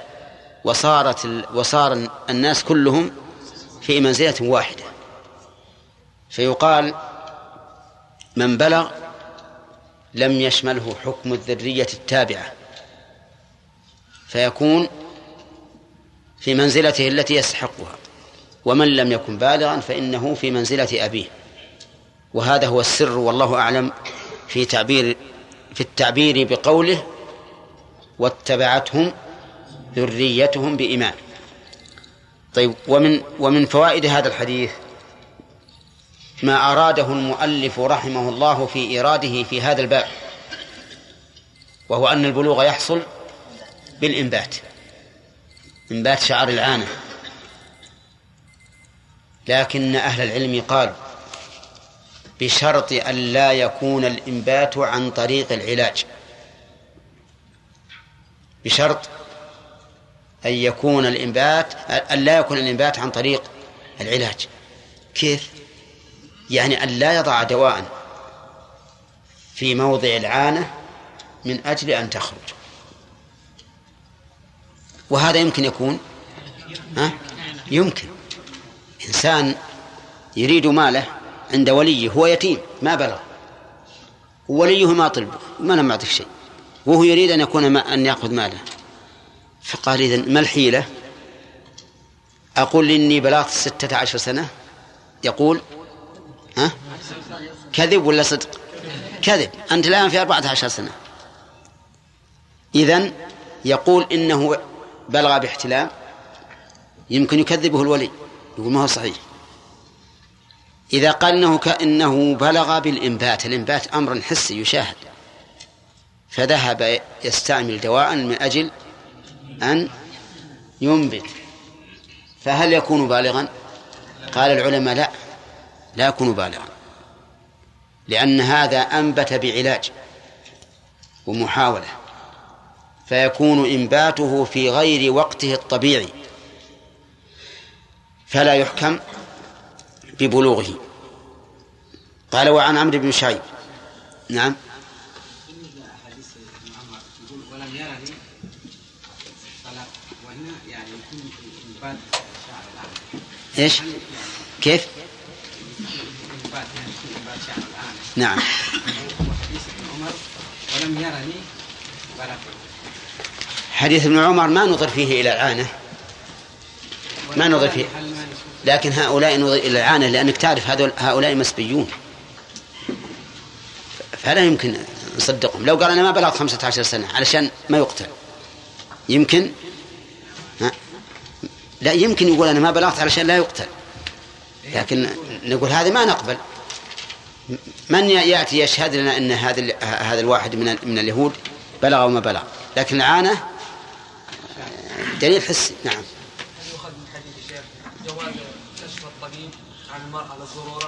وصار الناس كلهم في منزلة واحدة. فيقال من بلغ لم يشمله حكم الذرية التابعة، فيكون في منزلته التي يستحقها. ومن لم يكن بالغا فإنه في منزلة أبيه. وهذا هو السر والله أعلم في التعبير بقوله واتبعتهم ذريتهم بإيمان. طيب، ومن فوائد هذا الحديث ما أراده المؤلف رحمه الله في إيراده في هذا الباب، وهو أن البلوغ يحصل بالإنبات، إنبات شعر العانة. لكن أهل العلم قالوا بشرط أن لا يكون الإنبات عن طريق العلاج، بشرط أن لا يكون الإنبات عن طريق العلاج. كيف؟ يعني أن لا يضع دواء في موضع العانة من أجل أن تخرج. وهذا يمكن يكون يمكن إنسان يريد ماله عند وليه، هو يتيم ما بلغ، ووليه ما طلبه ما لم يعطيه شيء، وهو يريد أن يأخذ ماله. فقال إذن ما الحيلة؟ أقول إني بلغت 16 سنة، يقول كذب ولا صدق؟ كذب، أنت الآن في 14 سنة. إذن يقول إنه بلغ باحتلام، يمكن يكذبه الولي، يقول ما هو صحيح. إذا قال إنه بلغ بالإنبات، الإنبات أمر حسي يشاهد، فذهب يستعمل دواء من أجل أن ينبت، فهل يكون بالغا؟ قال العلماء لا يكون بالغا، لأن هذا أنبت بعلاج ومحاولة، فيكون إنباته في غير وقته الطبيعي، فلا يحكم ببلوغه. قال وعن عمرو بن شعيب. نعم. ولم يرني وهنا يعني يكون إنبات شعر الآن. إيش؟ كيف؟ إنبات شعر الآن. نعم. وحديث ابن عمر ولم يرني بلغ. حديث ابن عمر ما نظر فيه إلى العانة، ما نظر فيه، لكن هؤلاء نظر إلى العانة، لأنك تعرف هؤلاء مسبيون، فلا يمكن نصدقهم. لو قال أنا ما بلغت 15 سنة علشان ما يقتل، يمكن لا، يمكن يقول أنا ما بلغت علشان لا يقتل، لكن نقول هذا ما نقبل. من يأتي يشهد لنا أن هذا الواحد من اليهود بلغ وما بلغ؟ لكن العانة دليل حسي. نعم. هل يؤخذ من حديث الشيخ جواز كشف الطبيب عن المرأة للضرورة؟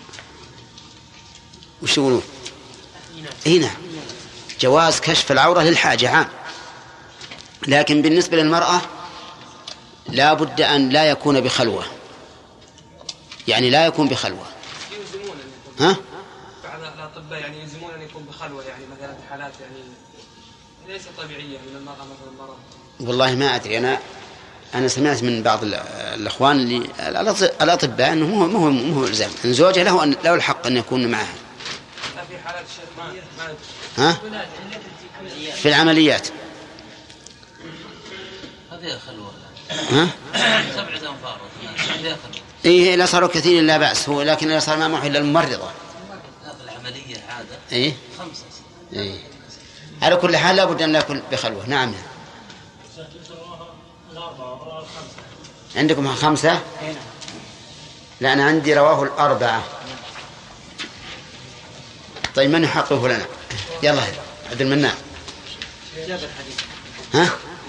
وش يقولون؟ نعم، جواز كشف العورة للحاجة عام، لكن بالنسبة للمرأة لا بد أن لا يكون بخلوة، يعني لا يكون بخلوة. يلزمون بعض الأطباء يعني يلزمون أن يكون بخلوة، يعني مثلا في حالات يعني ليس طبيعية من المرأة مثلا مرض. والله ما أدري، أنا سمعت من بعض الأخوان الأطباء أنه مو إلزام، أن زوجها له الحق أن يكون معها. في حالات الشيخ في العمليات. هذه خلوة. 7 أنفار. إيه، لا صاروا كثير لا بأس، هو لكن لا صار ما محل إلا الممرضة. العملية عادة. إيه. 5. إيه. على كل حال لا بد أن نكون بخلوة. نعم. عندكم 5؟ لا، أنا عندي رواه الأربعة. طيب من يحققه لنا؟ يلا عبد المنان. ها؟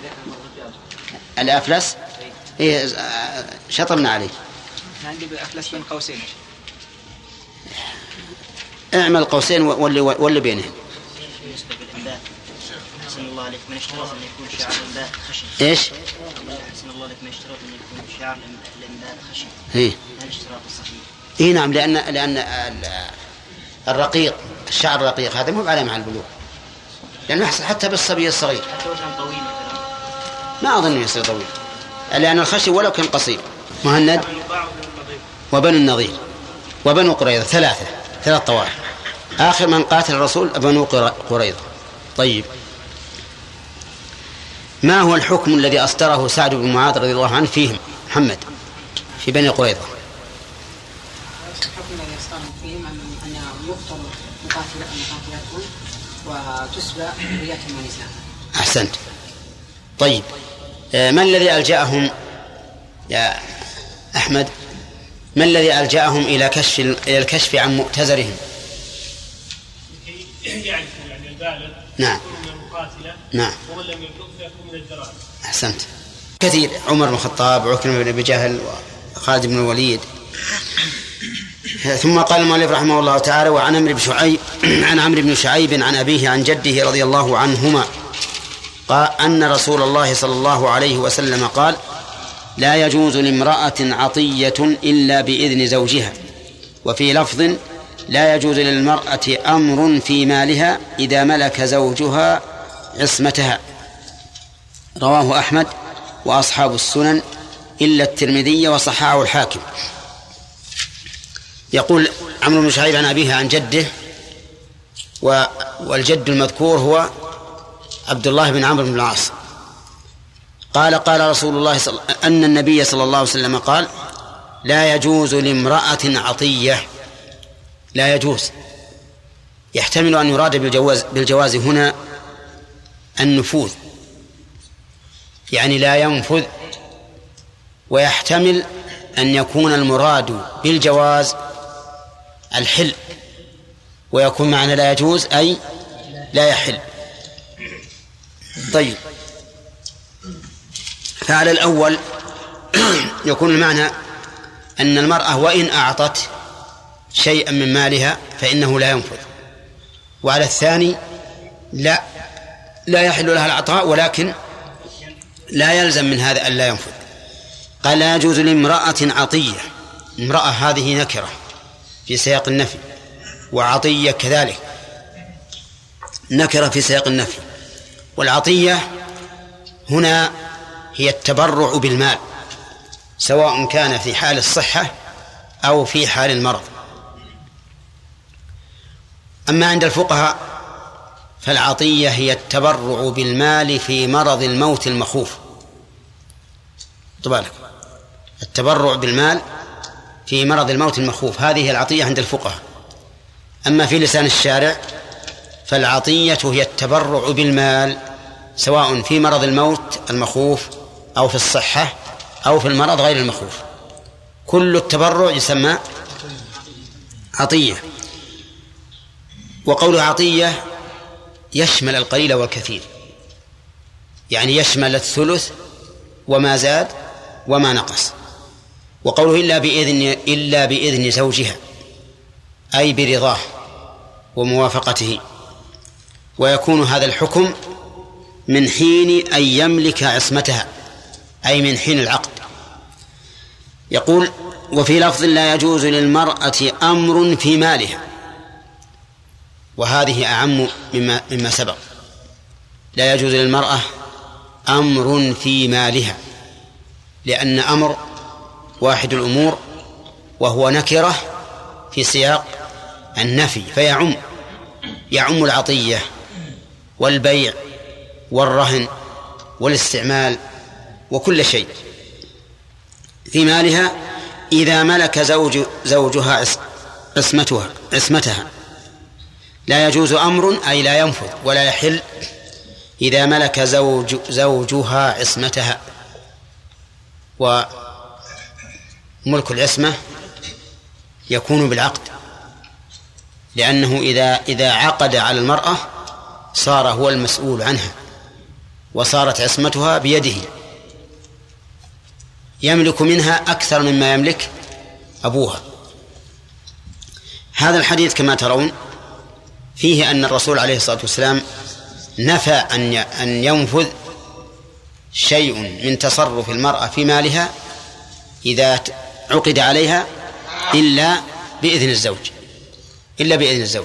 الأفلس؟ إيه شطرنا عليه. عندي بالأفلس بين قوسين. اعمل قوسين واللي بينهم. بالنسبة بالإمداد أحسن الله عليك من اشتراط أن يكون شعار الإمداد خشن. إيش؟ أحسن الله عليك من اشتراط أن يكون شعار الإمداد خشن. إيه. هذا الاشتراط الصحيح. إيه نعم، لأن الرقيق، الشعر الرقيق هذا مو عليه مع البلوغ، لأنه يحصل حتى بالصبي الصغير. حتى لو كان طويل مثلا. ما أظن يصير طويل، لأن الخشن ولو كان قصير. مهند وبنو النضير وبنو قريظة، ثلاث طوائف. آخر من قاتل الرسول بنو قريظة. طيب، ما هو الحكم الذي أصدره سعد بن معاذ رضي الله عنه فيهم؟ محمد، في بني قريظة. الحكم الذي أصدره فيهم أن يقتل مقاتلاتهم وتسبى ذريتهم ونساء. أحسنت. طيب، ما الذي ألجأهم يا أحمد؟ ما الذي ألجأهم إلى الكشف عن مؤتزرهم؟ يعرفوا يعني البالغ. نعم. من المقاتلة. نعم. ومن لم يبلغ فيكون من الدراهم. أحسنت. كثير، عمر بن الخطاب وعكرمة بن أبي جهل وخالد بن الوليد. ثم قال المؤلف رحمه الله تعالى: وعن عمرو بن شعيب عن أبيه عن جده رضي الله عنهما قال أن رسول الله صلى الله عليه وسلم قال: لا يجوز لامرأة عطية إلا بإذن زوجها. وفي لفظ: لا يجوز للمرأة أمر في مالها إذا ملك زوجها عصمتها. رواه أحمد وأصحاب السنن إلا الترمذي وصححه الحاكم. يقول عمرو بن شعيب عن أبيه عن جده، والجد المذكور هو عبد الله بن عمرو بن العاص، قال رسول الله أن النبي صلى الله عليه وسلم قال: لا يجوز لامرأة عطية. لا يجوز يحتمل أن يراد بالجواز هنا النفوذ، يعني لا ينفذ، ويحتمل أن يكون المراد بالجواز الحل، ويكون معنى لا يجوز أي لا يحل. طيب، فعلى الأول يكون المعنى أن المرأة وإن أعطت شيئا من مالها فإنه لا ينفذ، وعلى الثاني لا يحل لها العطاء، ولكن لا يلزم من هذا أن لا ينفذ. قال: لا يجوز لامرأة عطية. امرأة هذه نكرة في سياق النفي، وعطية كذلك نكرة في سياق النفي. والعطية هنا هي التبرع بالمال، سواء كان في حال الصحة أو في حال المرض. أما عند الفقهاء فالعطية هي التبرع بالمال في مرض الموت المخوف. طبعا التبرع بالمال في مرض الموت المخوف، هذه العطية عند الفقهاء. أما في لسان الشارع فالعطية هي التبرع بالمال سواء في مرض الموت المخوف أو في الصحة أو في المرض غير المخوف، كل التبرع يسمى عطية. وقوله عطية يشمل القليل والكثير، يعني يشمل الثلث وما زاد وما نقص. وقوله إلا بإذن زوجها أي برضاه وموافقته. ويكون هذا الحكم من حين أن يملك عصمتها، أي من حين العقد. يقول: وفي لفظ: لا يجوز للمرأة أمر في مالها. وهذه أعم مما سبق. لا يجوز للمرأة أمر في مالها، لأن أمر واحد الأمور، وهو نكرة في سياق النفي، فيعم العطية والبيع والرهن والاستعمال وكل شيء في مالها إذا ملك زوجها عصمتها. لا يجوز أمر أي لا ينفذ ولا يحل إذا ملك زوجها عصمتها. وملك العصمة يكون بالعقد، لأنه إذا عقد على المرأة صار هو المسؤول عنها وصارت عصمتها بيده، يملك منها أكثر مما يملك أبوها. هذا الحديث كما ترون فيه أن الرسول عليه الصلاة والسلام نفى أن ينفذ شيء من تصرف المرأة في مالها إذا عقد عليها إلا بإذن الزوج.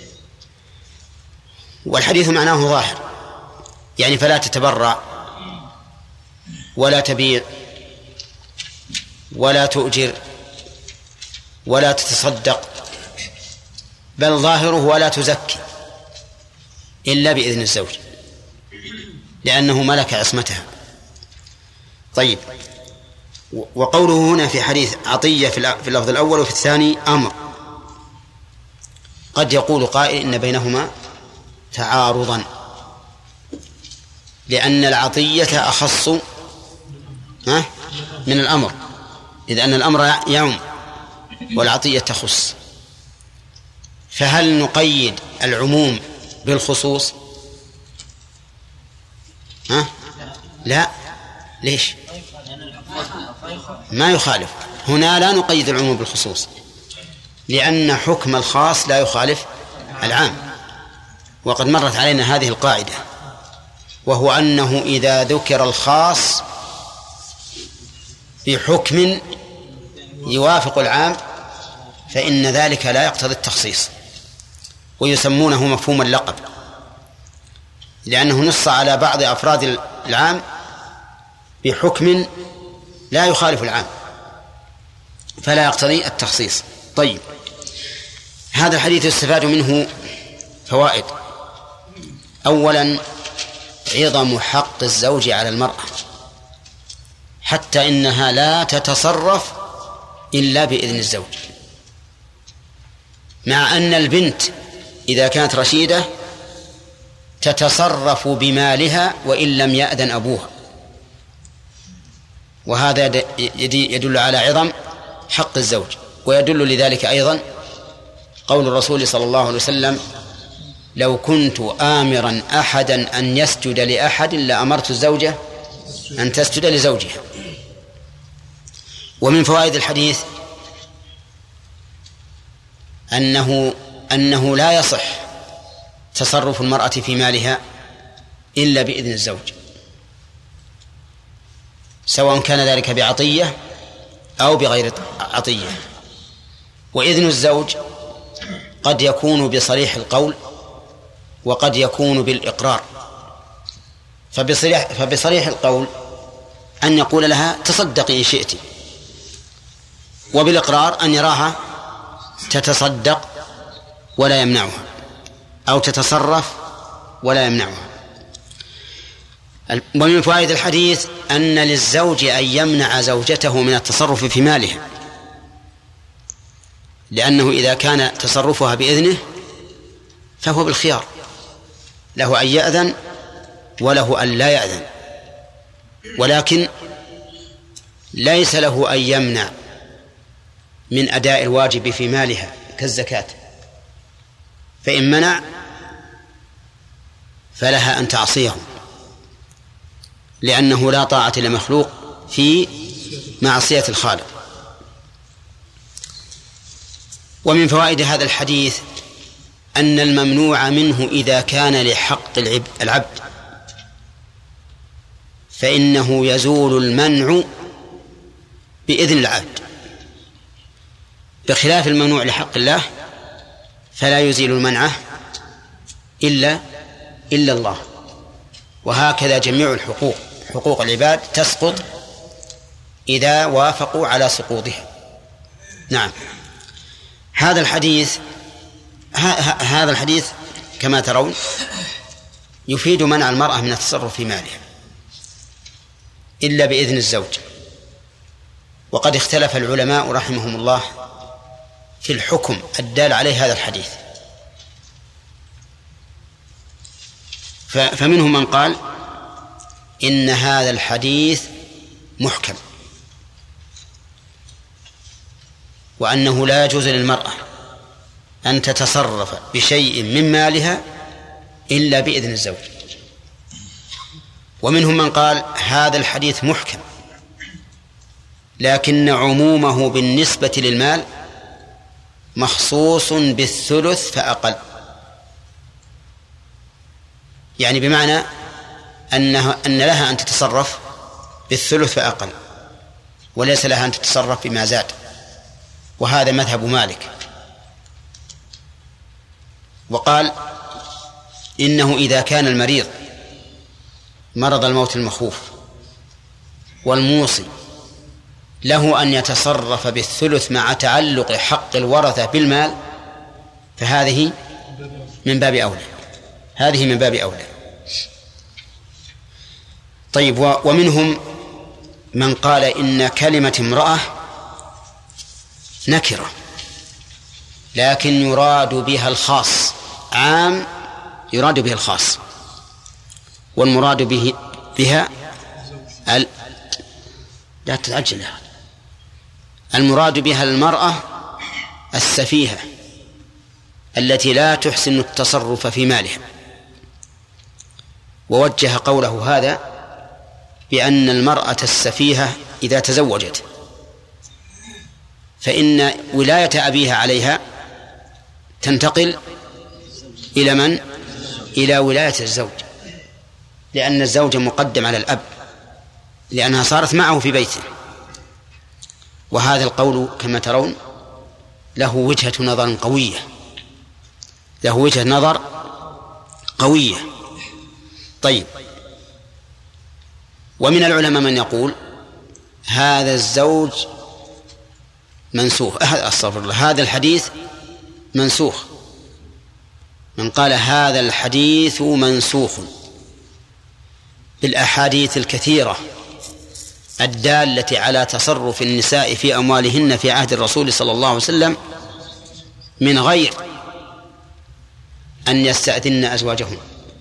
والحديث معناه ظاهر، يعني فلا تتبرع ولا تبيع ولا تؤجر ولا تتصدق، بل ظاهره ولا تزكي إلا بإذن الزوج، لأنه ملك عصمتها. طيب، وقوله هنا في حديث عطية في اللفظ الأول وفي الثاني أمر، قد يقول قائل إن بينهما تعارضا، لأن العطية أخص من الأمر، إذ أن الأمر يعم والعطية تخص. فهل نقيد العموم بالخصوص؟ لا. ليش؟ ما يخالف. هنا لا نقيد العموم بالخصوص، لأن حكم الخاص لا يخالف العام. وقد مرت علينا هذه القاعدة، وهو أنه إذا ذكر الخاص بحكم يوافق العام فإن ذلك لا يقتضي التخصيص، ويسمونه مفهوم اللقب، لأنه نص على بعض أفراد العام بحكم لا يخالف العام فلا يقتضي التخصيص. طيب، هذا الحديث يستفاد منه فوائد. أولا، عظم حق الزوج على المرأة، حتى إنها لا تتصرف إلا بإذن الزوج، مع أن البنت إذا كانت رشيدة تتصرف بمالها وإن لم يأذن أبوها، وهذا يدل على عظم حق الزوج. ويدل لذلك أيضا قول الرسول صلى الله عليه وسلم: لو كنت آمرا أحدا أن يسجد لأحد لأمرت الزوجة أن تسجد لزوجها. ومن فوائد الحديث أنه لا يصح تصرف المرأة في مالها إلا بإذن الزوج، سواء كان ذلك بعطية أو بغير عطية. وإذن الزوج قد يكون بصريح القول وقد يكون بالإقرار. فبصريح القول أن يقول لها تصدقي إن شئت، وبالإقرار أن يراها تتصدق ولا يمنعها، أو تتصرف ولا يمنعها. ومن فوائد الحديث أن للزوج أن يمنع زوجته من التصرف في مالها، لأنه إذا كان تصرفها بإذنه فهو بالخيار، له أن يأذن وله أن لا يأذن، ولكن ليس له أن يمنع من أداء الواجب في مالها كالزكاة، فإن منع فلها أن تعصيه، لأنه لا طاعة لمخلوق في معصية الخالق. ومن فوائد هذا الحديث أن الممنوع منه إذا كان لحق العبد فإنه يزول المنع بإذن العبد، بخلاف الممنوع لحق الله فلا يزيل المنع إلا الله. وهكذا جميع الحقوق، حقوق العباد تسقط إذا وافقوا على سقوطها. نعم، هذا الحديث كما ترون يفيد منع المرأة من التصرف في مالها إلا بإذن الزوج. وقد اختلف العلماء رحمهم الله في الحكم الدال عليه هذا الحديث، فمنهم من قال إن هذا الحديث محكم، وأنه لا يجوز للمرأة أن تتصرف بشيء من مالها إلا بإذن الزوج. ومنهم من قال هذا الحديث محكم، لكن عمومه بالنسبة للمال مخصوص بالثلث فأقل، يعني بمعنى أن لها أن تتصرف بالثلث فأقل، وليس لها أن تتصرف بما زاد، وهذا مذهب مالك. وقال إنه إذا كان المريض مرض الموت المخوف والموصي له أن يتصرف بالثلث مع تعلق حق الورثة بالمال فهذه من باب أولى، هذه من باب أولى. طيب، ومنهم من قال إن كلمة امرأة نكرة لكن يراد بها الخاص، عام يراد به الخاص، والمراد بها لا تتعجل، المراد بها المرأة السفيهة التي لا تحسن التصرف في مالها. ووجه قوله هذا بأن المرأة السفيهة إذا تزوجت فإن ولاية أبيها عليها تنتقل إلى من؟ إلى ولاية الزوج، لأن الزوج مقدم على الأب لأنها صارت معه في بيته. وهذا القول كما ترون له وجهة نظر قوية، له وجهة نظر قوية. طيب، ومن العلماء من يقول هذا الزوج منسوخ، أستغفر الله، هذا الحديث منسوخ. من قال هذا الحديث منسوخ بالأحاديث الكثيرة الدالة على تصرف النساء في أموالهن في عهد الرسول صلى الله عليه وسلم من غير أن يستأذن أزواجهن.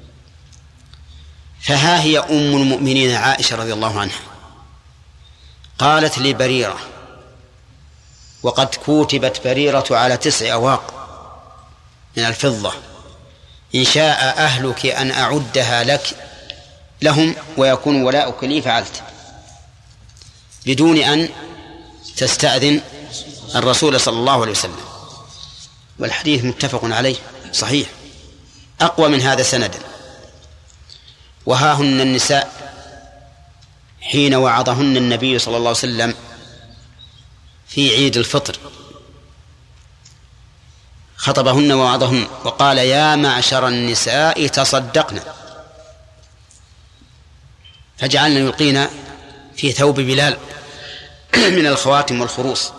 فها هي أم المؤمنين عائشة رضي الله عنها قالت لبريرة، وقد كتبت بريرة على 9 أواق من الفضة: إن شاء أهلك أن أعدها لهم ويكون ولاؤك لي فعلت، بدون أن تستأذن الرسول صلى الله عليه وسلم. والحديث متفق عليه صحيح، أقوى من هذا سندا. وها هن النساء حين وعظهن النبي صلى الله عليه وسلم في عيد الفطر، خطبهن ووعظهن وقال: يا معشر النساء تصدقن، فجعلنا يلقين في ثوب بلال من الخواتم والخروص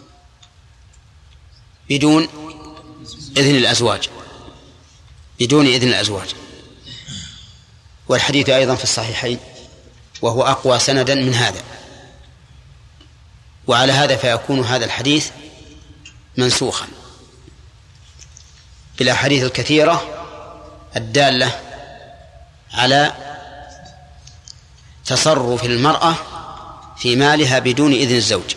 بدون إذن الأزواج، بدون إذن الأزواج. والحديث أيضا في الصحيحين وهو أقوى سندا من هذا. وعلى هذا فيكون هذا الحديث منسوخا بالأحاديث الكثيرة الدالة على تصرف المرأة في مالها بدون إذن الزوج.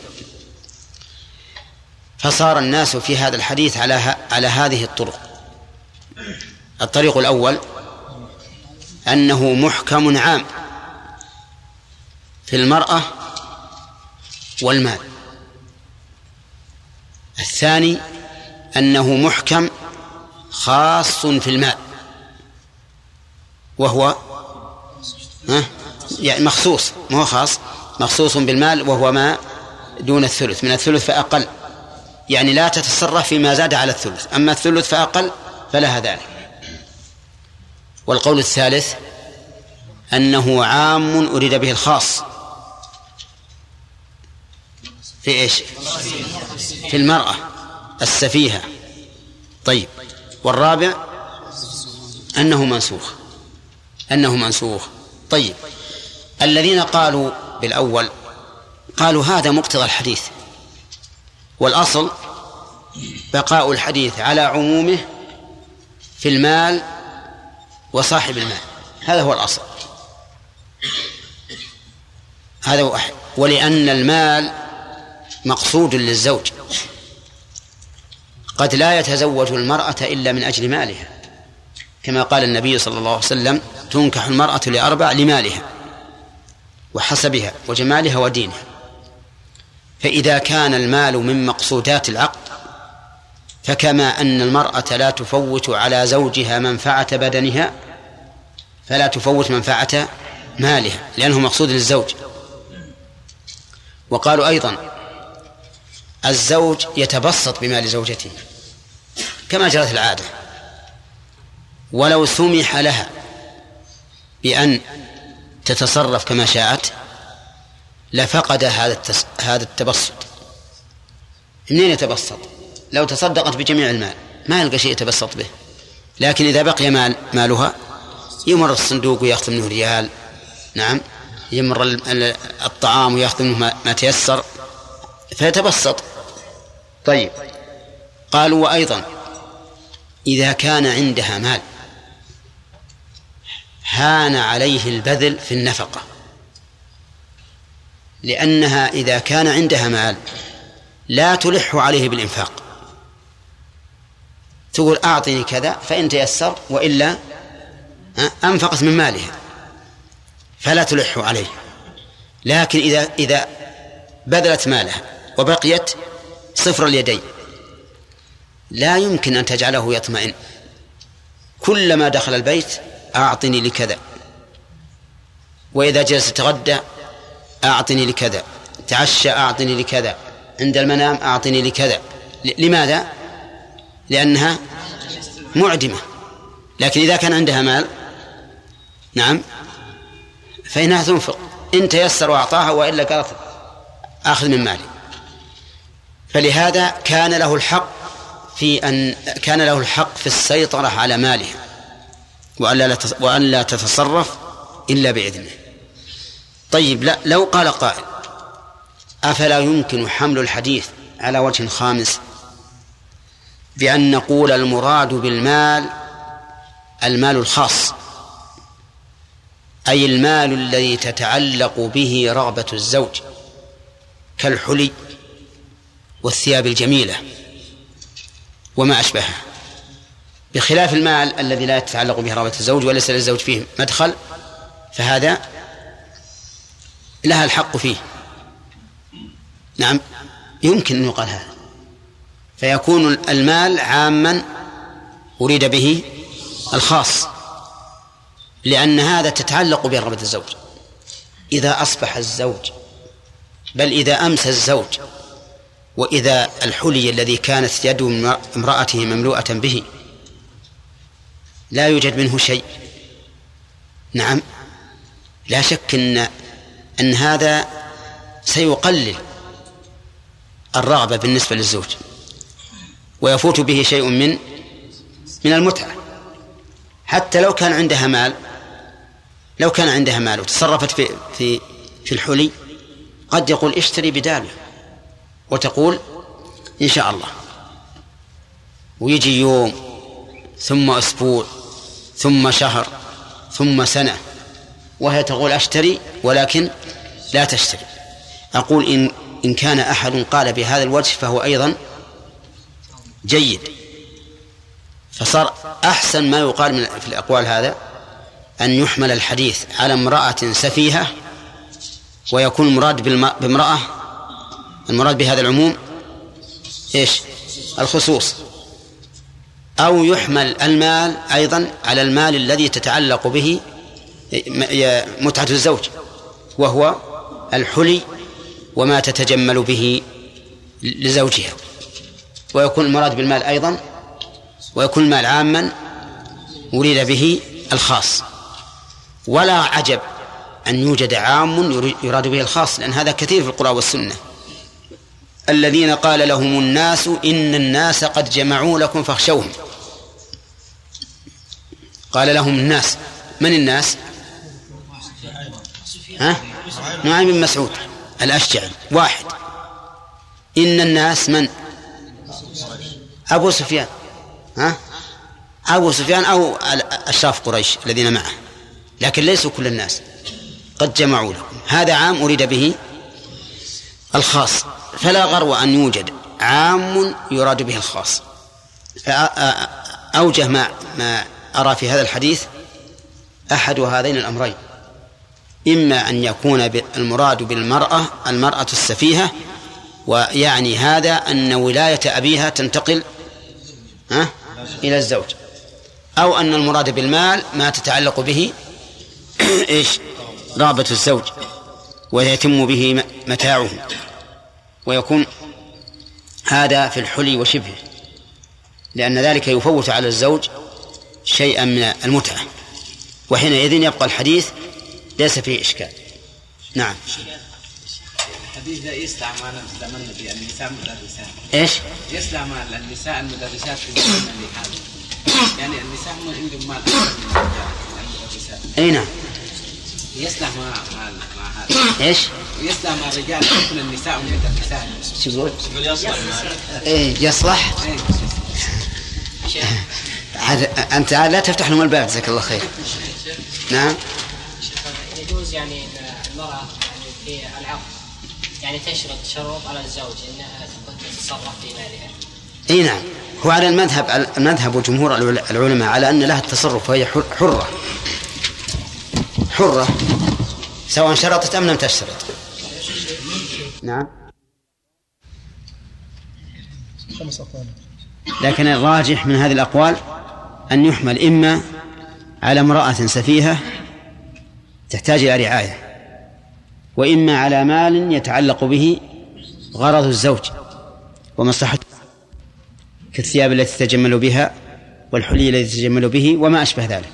فصار الناس في هذا الحديث على هذه الطرق. الطريق الأول أنه محكم عام في المرأة والمال. الثاني أنه محكم خاص في المال، وهو يعني مخصوص، ما هو خاص، مخصوص بالمال، وهو ما دون الثلث، من الثلث فأقل، يعني لا تتصرف فيما زاد على الثلث، أما الثلث فأقل فلها ذلك. والقول الثالث أنه عام أريد به الخاص في إيش؟ في المرأة السفيهة. طيب، والرابع أنه منسوخ، أنه منسوخ. طيب، الذين قالوا بالأول قالوا هذا مقتضى الحديث، والأصل بقاء الحديث على عمومه في المال وصاحب المال، هذا هو الأصل، هذا واحد. ولأن المال مقصود للزوج قد لا يتزوج المرأة إلا من أجل مالها، كما قال النبي صلى الله عليه وسلم: تنكح المرأة لأربع: لمالها وحسبها وجمالها ودينها. فإذا كان المال من مقصودات العقد، فكما أن المرأة لا تفوت على زوجها منفعة بدنها، فلا تفوت منفعة مالها، لأنه مقصود للزوج. وقالوا أيضا: الزوج يتبسط بمال زوجته كما جرت العادة، ولو سمح لها بأن تتصرف كما شاءت لفقد هذا التبسط. منين يتبسط؟ لو تصدقت بجميع المال ما يلقى شيء يتبسط به، لكن إذا بقي مالها يمر الصندوق ويأخذ منه ريال، نعم، يمر الطعام ويأخذ منه ما تيسر فيتبسط. طيب، قالوا: وأيضا إذا كان عندها مال هان عليه البذل في النفقة، لأنها إذا كان عندها مال لا تلح عليه بالإنفاق، تقول: أعطني كذا فإن تيسر، وإلا أنفقت من مالها فلا تلح عليه. لكن إذا بذلت مالها وبقيت صفر اليدين لا يمكن أن تجعله يطمئن. كلما دخل البيت: أعطني لكذا، وإذا جلس يتغدى: أعطني لكذا، تعشى: أعطني لكذا، عند المنام: أعطني لكذا. لماذا؟ لأنها معدمة. لكن إذا كان عندها مال، نعم، فإنها تنفق، إن تيسر وأعطاها، وإلا قالت: أخذ من مالي. فلهذا كان له الحق في السيطرة على مالها، وأن لا تتصرف إلا بإذنه. طيب، لو قال قائل: أفلا يمكن حمل الحديث على وجه خامس بأن نقول المراد بالمال المال الخاص، أي المال الذي تتعلق به رغبة الزوج كالحلي والثياب الجميلة وما أشبهها، بخلاف المال الذي لا يتعلق به رغبة الزوج وليس للزوج فيه مدخل، فهذا لها الحق فيه. نعم، يمكن أن يقال هذا، فيكون المال عاما أريد به الخاص، لأن هذا تتعلق برغبة الزوج. إذا أصبح الزوج، بل إذا أمسى الزوج، وإذا الحلي الذي كانت يد امرأته مملوءة به لا يوجد منه شيء، نعم، لا شك أن هذا سيقلل الرغبة بالنسبة للزوج، ويفوت به شيء من المتعة. حتى لو كان عندها مال وتصرفت في الحلي، قد يقول: اشتري بداله، وتقول: إن شاء الله، ويجي يوم ثم أسبوع ثم شهر ثم سنة وهي تقول: أشتري، ولكن لا تشتري. أقول إن كان أحد قال بهذا الوجه فهو أيضا جيد. فصار أحسن ما يقال في الأقوال هذا أن يحمل الحديث على امرأة سفيهة، ويكون المراد بامرأة، المراد بهذا العموم إيش؟ الخصوص. أو يحمل المال أيضا على المال الذي تتعلق به متعة الزوج، وهو الحلي وما تتجمل به لزوجها، ويكون المراد بالمال أيضا، ويكون المال عاما أريد به الخاص. ولا عجب أن يوجد عام يراد به الخاص، لأن هذا كثير في القرآن والسنة. الذين قال لهم الناس إن الناس قد جمعوا لكم فاخشوهم. قال لهم الناس، من الناس؟ نعيم بن مسعود الأشجعي واحد. إن الناس من؟ أبو سفيان، أبو سفيان أو أشراف قريش الذين معه، لكن ليسوا كل الناس. قد جمعوا لكم، هذا عام أريد به الخاص، فلا غرو أن يوجد عام يراد به الخاص. فأوجه ما أرى في هذا الحديث أحد هذين الأمرين: إما أن يكون المراد بالمرأة المرأة السفيهة، ويعني هذا أن ولاية أبيها تنتقل إلى الزوج، أو أن المراد بالمال ما تتعلق به رغبة الزوج ويتم به متاعه، ويكون هذا في الحلي وشبهه، لأن ذلك يفوت على الزوج شيئا من المتعة، وحينئذ يبقى الحديث ليس فيه إشكال. نعم. الحديث ده يسلع معنا في زماننا في النساء المدرسات. إيش؟ يسلع مع النساء المدرسات في زماننا هذا، يعني النساء هم عندهم مال أكثر من المدرسات. أي نعم. يسلع مع هذا. إيش؟ يسلع مع الرجال يكون النساء المدرسات. شو يقول؟ إيه يصلح. أنت لا تفتح لهم الباب، جزاك الله خير. نعم. يجوز يعني المرأة يعني في العقد يعني تشرط شروط على الزوج أنها تتصرف في مالها. أي نعم، هو على المذهب وجمهور العلماء على أن لها التصرف، وهي حرة سواء شرطت أم لم تشترط. نعم. لكن الراجح من هذه الأقوال أن يحمل إما على امرأة سفيهة تحتاج إلى رعاية، وإما على مال يتعلق به غرض الزوج ومصلحته، كالثياب التي تتجمل بها والحلي الذي تتجمل به وما أشبه ذلك.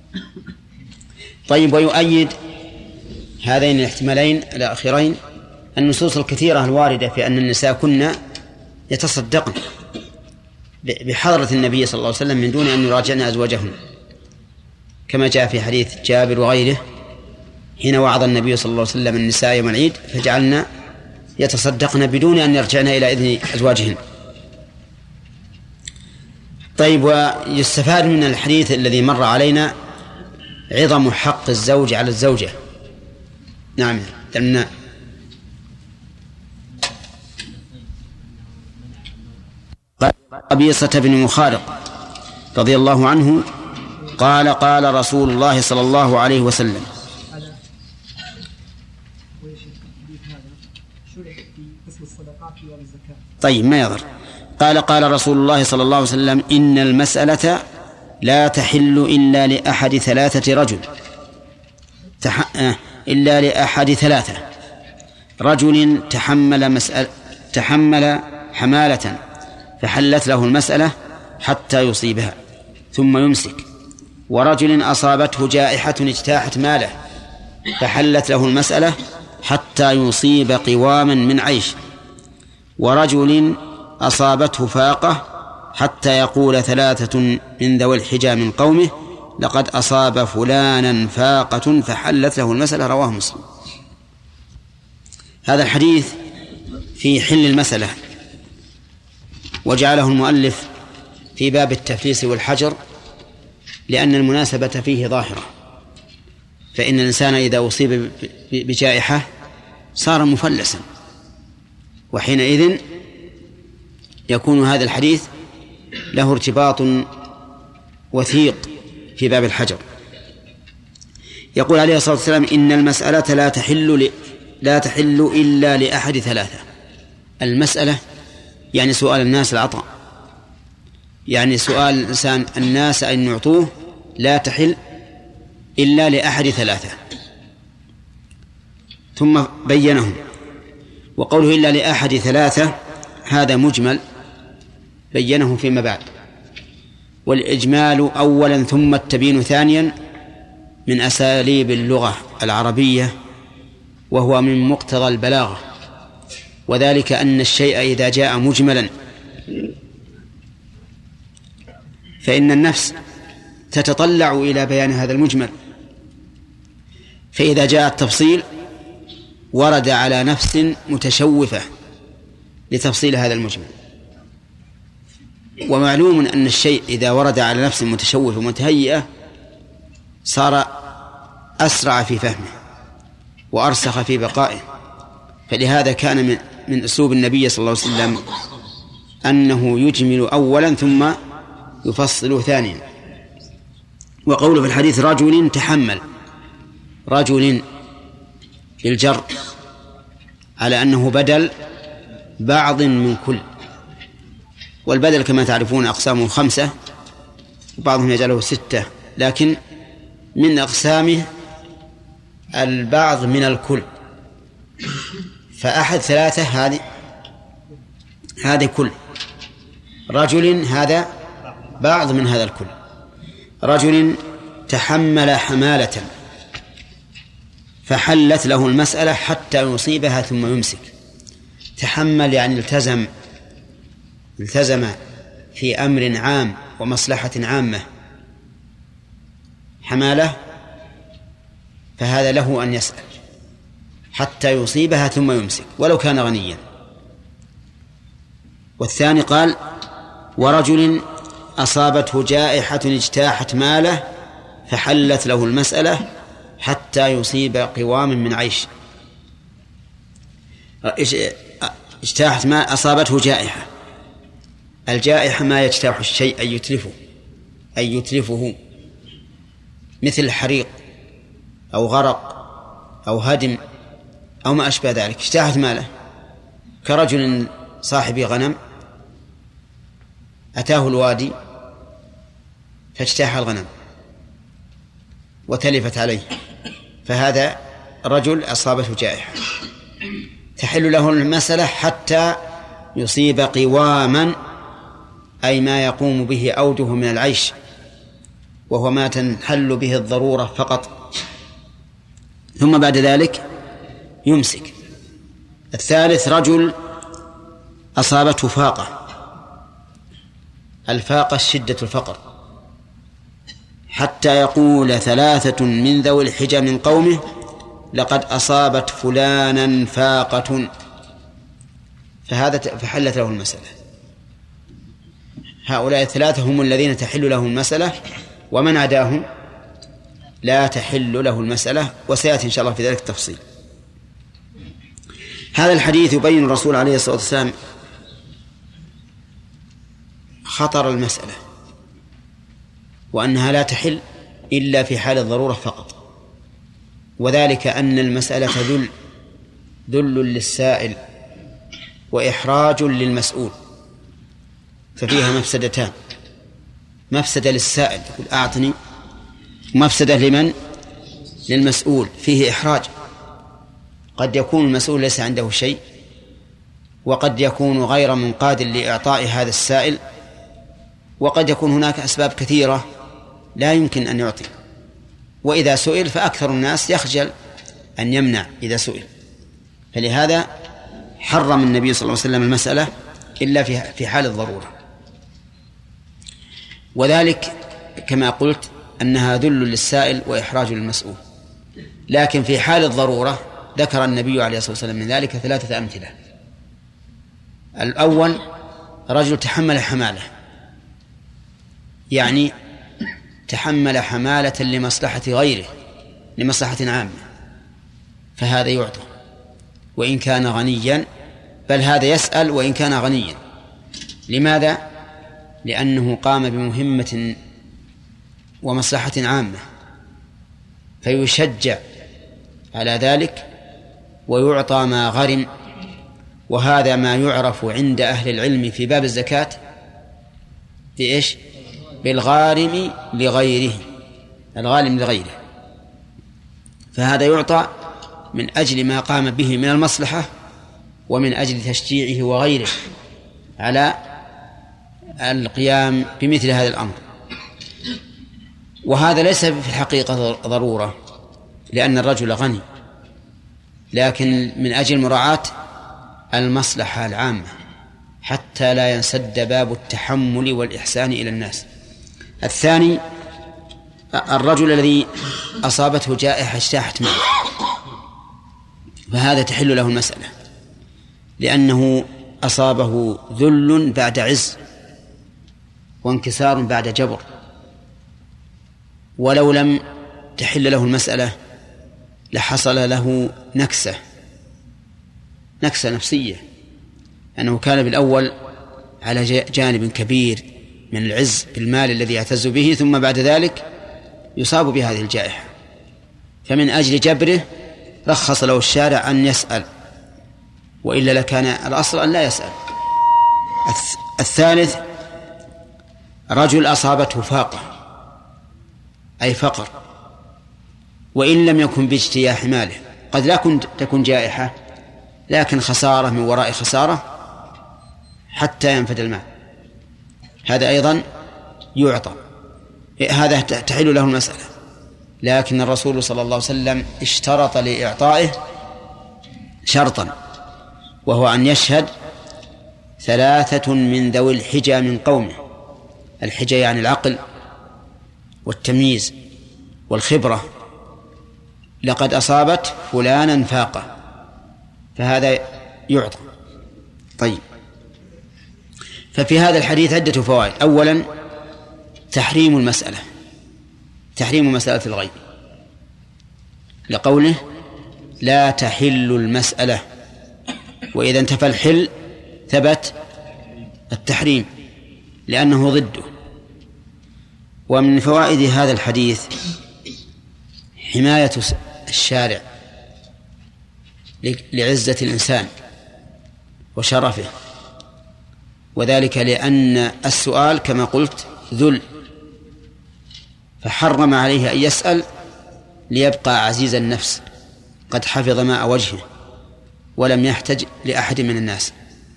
طيب، ويؤيد هذين الاحتمالين الأخيرين النصوص الكثيرة الواردة في أن النساء كنا يتصدقن بحضرة النبي صلى الله عليه وسلم من دون أن يراجعن أزواجهن، كما جاء في حديث جابر وغيره حين وعظ النبي صلى الله عليه وسلم النساء يوم العيد فجعلنا يتصدقن بدون أن يرجعن إلى إذن أزواجهن. طيب، ويستفاد من الحديث الذي مر علينا عظم حق الزوج على الزوجة. نعم. قبيصة بن مخارق رضي الله عنه قال: قال رسول الله صلى الله عليه وسلم. طيب، ما يضر. قال: قال رسول الله صلى الله عليه وسلم: إن المسألة لا تحل إلا لأحد ثلاثة رجل، إلا لأحد ثلاثة رجل تحمل حمالة فحلت له المسألة حتى يصيبها ثم يمسك، ورجل أصابته جائحة اجتاحت ماله فحلت له المسألة حتى يصيب قواما من عيش، ورجل أصابته فاقة حتى يقول ثلاثة من ذوي الحجى من قومه: لقد أصاب فلانا فاقة فحلت له المسألة. رواه مسلم. هذا الحديث في حل المسألة، وجعله المؤلف في باب التفليس والحجر لأن المناسبة فيه ظاهرة، فإن الإنسان إذا أصيب بجائحة صار مفلسا، وحينئذ يكون هذا الحديث له ارتباط وثيق في باب الحجر. يقول عليه الصلاة والسلام: إن المسألة لا تحل إلا لأحد ثلاثة. المسألة يعني سؤال الناس العطاء، يعني سؤال الإنسان الناس أن يعطوه لا تحل إلا لأحد ثلاثة، ثم بينهم. وقوله إلا لأحد ثلاثة هذا مجمل بينه فيما بعد، والإجمال أولا ثم التبيين ثانيا من أساليب اللغة العربية، وهو من مقتضى البلاغة، وذلك أن الشيء إذا جاء مجملا فإن النفس تتطلع إلى بيان هذا المجمل، فإذا جاء التفصيل ورد على نفس متشوفة لتفصيل هذا المجمل. ومعلوم أن الشيء إذا ورد على نفس متشوفة متهيئة صار أسرع في فهمه وأرسخ في بقائه، فلهذا كان من أسلوب النبي صلى الله عليه وسلم أنه يجمل أولا ثم يفصل ثانيا. وقوله في الحديث رجل تحمل، رجل بالجر على أنه بدل بعض من كل، والبدل كما تعرفون أقسامه 5، وبعضهم يجعله 6، لكن من أقسامه البعض من الكل، فأحد 3 هذه كل، رجل هذا بعض من هذا الكل. رجل تحمل حمالة فحلت له المسألة حتى يصيبها ثم يمسك. تحمل يعني التزم في أمر عام ومصلحة عامة حمالة، فهذا له أن يسأل حتى يصيبها ثم يمسك ولو كان غنيا. والثاني قال ورجل أصابته جائحة اجتاحت ماله فحلت له المسألة حتى يصيب قواما من عيش. اجتاحت ما أصابته جائحة، الجائحة ما يجتاح الشيء أي يتلفه مثل الحريق أو غرق أو هدم أو ما أشبه ذلك. اجتاحت ماله كرجل صاحب غنم أتاه الوادي فاجتاح الغنم وتلفت عليه، فهذا رجل أصابته جائحة تحل له المسألة حتى يصيب قواما، أي ما يقوم به أوجه من العيش، وهو ما تنحل به الضرورة فقط، ثم بعد ذلك يمسك. الثالث رجل أصابته فاقة، الفاقة شدة الفقر، حتى يقول 3 من ذوي الحجى من قومه لقد أصابت فلانا فاقة، فحلت له المسألة. هؤلاء 3 هم الذين تحل لهم المسألة، ومن عداهم لا تحل له المسألة، وسيأتي إن شاء الله في ذلك التفصيل. هذا الحديث يبين الرسول عليه الصلاة والسلام خطر المسألة، وأنها لا تحل إلا في حال الضرورة فقط، وذلك أن المسألة ذل للسائل وإحراج للمسؤول، ففيها مفسدتان: مفسدة للسائل يقول أعطني، ومفسدة لمن؟ للمسؤول، فيه إحراج. قد يكون المسؤول ليس عنده شيء، وقد يكون غير منقاد لإعطاء هذا السائل، وقد يكون هناك أسباب كثيرة لا يمكن أن يعطي، وإذا سئل فأكثر الناس يخجل أن يمنع إذا سئل، فلهذا حرم النبي صلى الله عليه وسلم المسألة إلا في حال الضرورة. وذلك كما قلت أنها ذل للسائل وإحراج للمسؤول، لكن في حال الضرورة ذكر النبي عليه الصلاة والسلام من ذلك 3 أمثلة. الأول رجل تحمل حمالة، يعني تحمل حمالة لمصلحة غيره، لمصلحة عامة، فهذا يعطى وإن كان غنيا، بل هذا يسأل وإن كان غنيا. لماذا؟ لأنه قام بمهمة ومصلحة عامة، فيشجع على ذلك ويعطى ما غرم. وهذا ما يعرف عند أهل العلم في باب الزكاة بإيش؟ بالغارم لغيره، الغارم لغيره، فهذا يعطى من أجل ما قام به من المصلحة، ومن أجل تشجيعه وغيره على القيام بمثل هذا الأمر. وهذا ليس في الحقيقة ضرورة، لأن الرجل غني، لكن من أجل مراعاة المصلحة العامة حتى لا ينسد باب التحمل والإحسان إلى الناس. الثاني الرجل الذي أصابته جائحة اجتاحت ماله، فهذا تحل له المسألة، لأنه أصابه ذل بعد عز وانكسار بعد جبر، ولو لم تحل له المسألة لحصل له نكسة نفسية، أنه كان بالأول على جانب كبير من العز بالمال الذي يعتز به، ثم بعد ذلك يصاب بهذه الجائحة، فمن أجل جبره رخص له الشارع أن يسأل، وإلا لكان الأصل أن لا يسأل. الثالث رجل أصابته فاقة أي فقر، وإن لم يكن باجتياح ماله، قد لا تكون جائحة لكن خسارة من وراء خسارة حتى ينفد المال، هذا أيضا يعطى، هذا تحل له المسألة. لكن الرسول صلى الله عليه وسلم اشترط لإعطائه شرطا، وهو أن يشهد 3 من ذوي الحجة من قومه. الحجة يعني العقل والتمييز والخبرة، لقد أصابت فلانا فاقة، فهذا يعطى. طيب، ففي هذا الحديث عدة فوائد. أولا تحريم المسألة، تحريم مسألة الغيب، لقوله لا تحل المسألة، وإذا انتفى الحل ثبت التحريم لأنه ضده. ومن فوائد هذا الحديث حماية الشارع لعزة الإنسان وشرفه، وذلك لأن السؤال كما قلت ذل، فحرم عليه أن يسأل ليبقى عزيز النفس قد حفظ ماء وجهه ولم يحتج لأحد من الناس.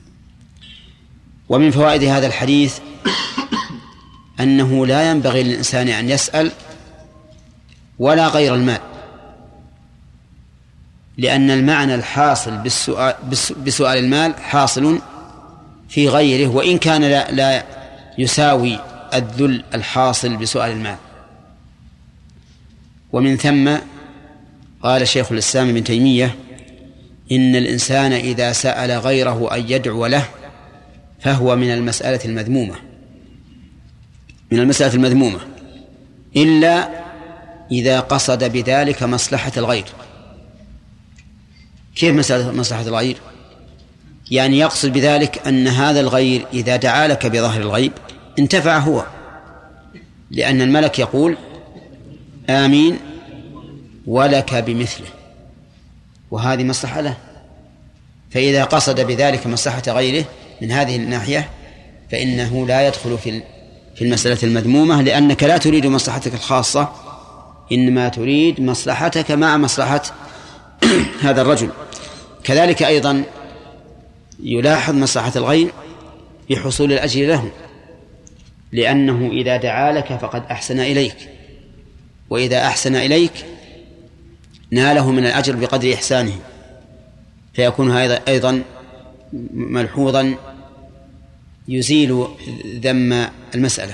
ومن فوائد هذا الحديث أنه لا ينبغي للإنسان أن يسأل ولا غير المال، لأن المعنى الحاصل بسؤال المال حاصل في غيره، وإن كان لا يساوي الذل الحاصل بسؤال المال. ومن ثم قال شيخ الإسلام ابن تيمية إن الإنسان إذا سأل غيره أن يدعو له فهو من المسألة المذمومة، من المسألة المذمومة، إلا إذا قصد بذلك مصلحة الغير. كيف مصلحة الغير؟ يعني يقصد بذلك أن هذا الغير إذا دعا لك بظهر الغيب انتفع هو، لأن الملك يقول آمين ولك بمثله، وهذه مصلحة له. فإذا قصد بذلك مصلحة غيره من هذه الناحية فإنه لا يدخل في المسألة المذمومة، لأنك لا تريد مصلحتك الخاصة، إنما تريد مصلحتك مع مصلحة هذا الرجل. كذلك أيضا يلاحظ مصلحة الغير بحصول الأجر له، لأنه إذا دعا لك فقد أحسن إليك، وإذا أحسن إليك ناله من الأجر بقدر إحسانه، فيكون هذا أيضا ملحوظا يزيل ذم المسألة.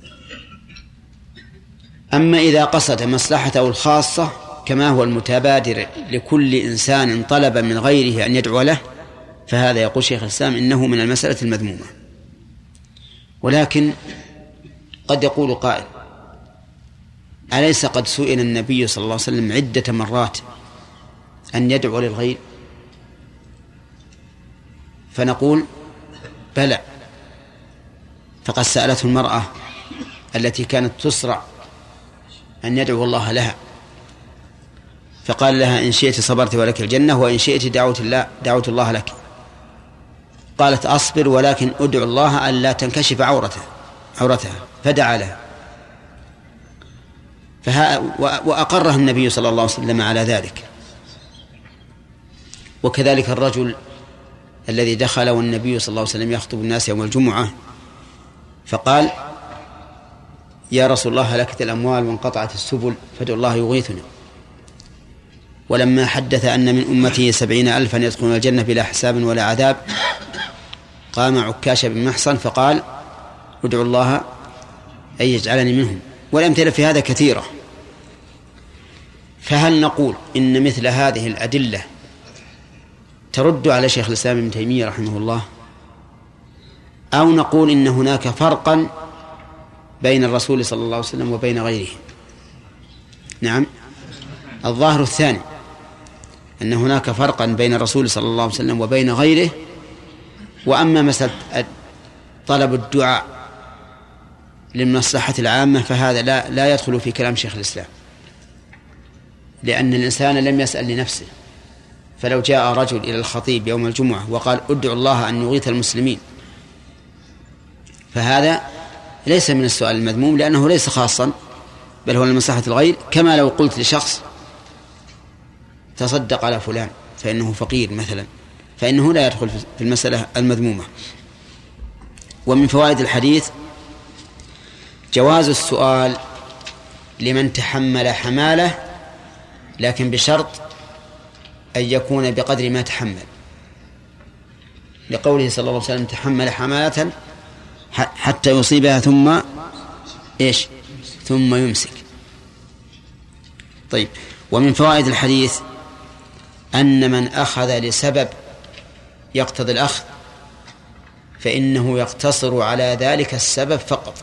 أما إذا قصد مصلحته الخاصة كما هو المتبادر لكل إنسان طلب من غيره أن يدعو له، فهذا يقول شيخ الإسلام إنه من المسألة المذمومة. ولكن قد يقول قائل أليس قد سئل النبي صلى الله عليه وسلم عدة مرات أن يدعو للغير؟ فنقول بلى، فقد سألته المرأة التي كانت تسرع أن يدعو الله لها، فقال لها إن شئت صبرت ولك الجنة وإن شئت دعوت الله لك. قالت أصبر ولكن أدعو الله ألا تنكشف عورتها، فدعا لها، وأقرها النبي صلى الله عليه وسلم على ذلك. وكذلك الرجل الذي دخل والنبي صلى الله عليه وسلم يخطب الناس يوم الجمعة فقال يا رسول الله هلكت الأموال وانقطعت السبل فادعو الله يغيثنا. ولما حدث أن من أمته 70,000 يدخلون الجنة بلا حساب ولا عذاب قام عكاش بن محصن فقال ادعو الله أن يجعلني منهم. والأمثلة في هذا كثيرة. فهل نقول إن مثل هذه الأدلة ترد على شيخ الإسلام ابن تيمية رحمه الله، أو نقول إن هناك فرقا بين الرسول صلى الله عليه وسلم وبين غيره؟ نعم، الظاهر الثاني، أن هناك فرقا بين الرسول صلى الله عليه وسلم وبين غيره. وأما مسألة طلب الدعاء للمصلحة العامة فهذا لا يدخل في كلام شيخ الإسلام، لأن الإنسان لم يسأل لنفسه. فلو جاء رجل إلى الخطيب يوم الجمعة وقال ادعوا الله أن يغيث المسلمين، فهذا ليس من السؤال المذموم، لأنه ليس خاصا بل هو لمصلحة الغير. كما لو قلت لشخص تصدق على فلان فإنه فقير مثلا، فإنه لا يدخل في المسألة المذمومة. ومن فوائد الحديث جواز السؤال لمن تحمل حمالة، لكن بشرط أن يكون بقدر ما تحمل، لقوله صلى الله عليه وسلم تحمل حمالة حتى يصيبها ثم يمسك. طيب، ومن فوائد الحديث أن من أخذ لسبب يقتضي الأخذ فإنه يقتصر على ذلك السبب فقط.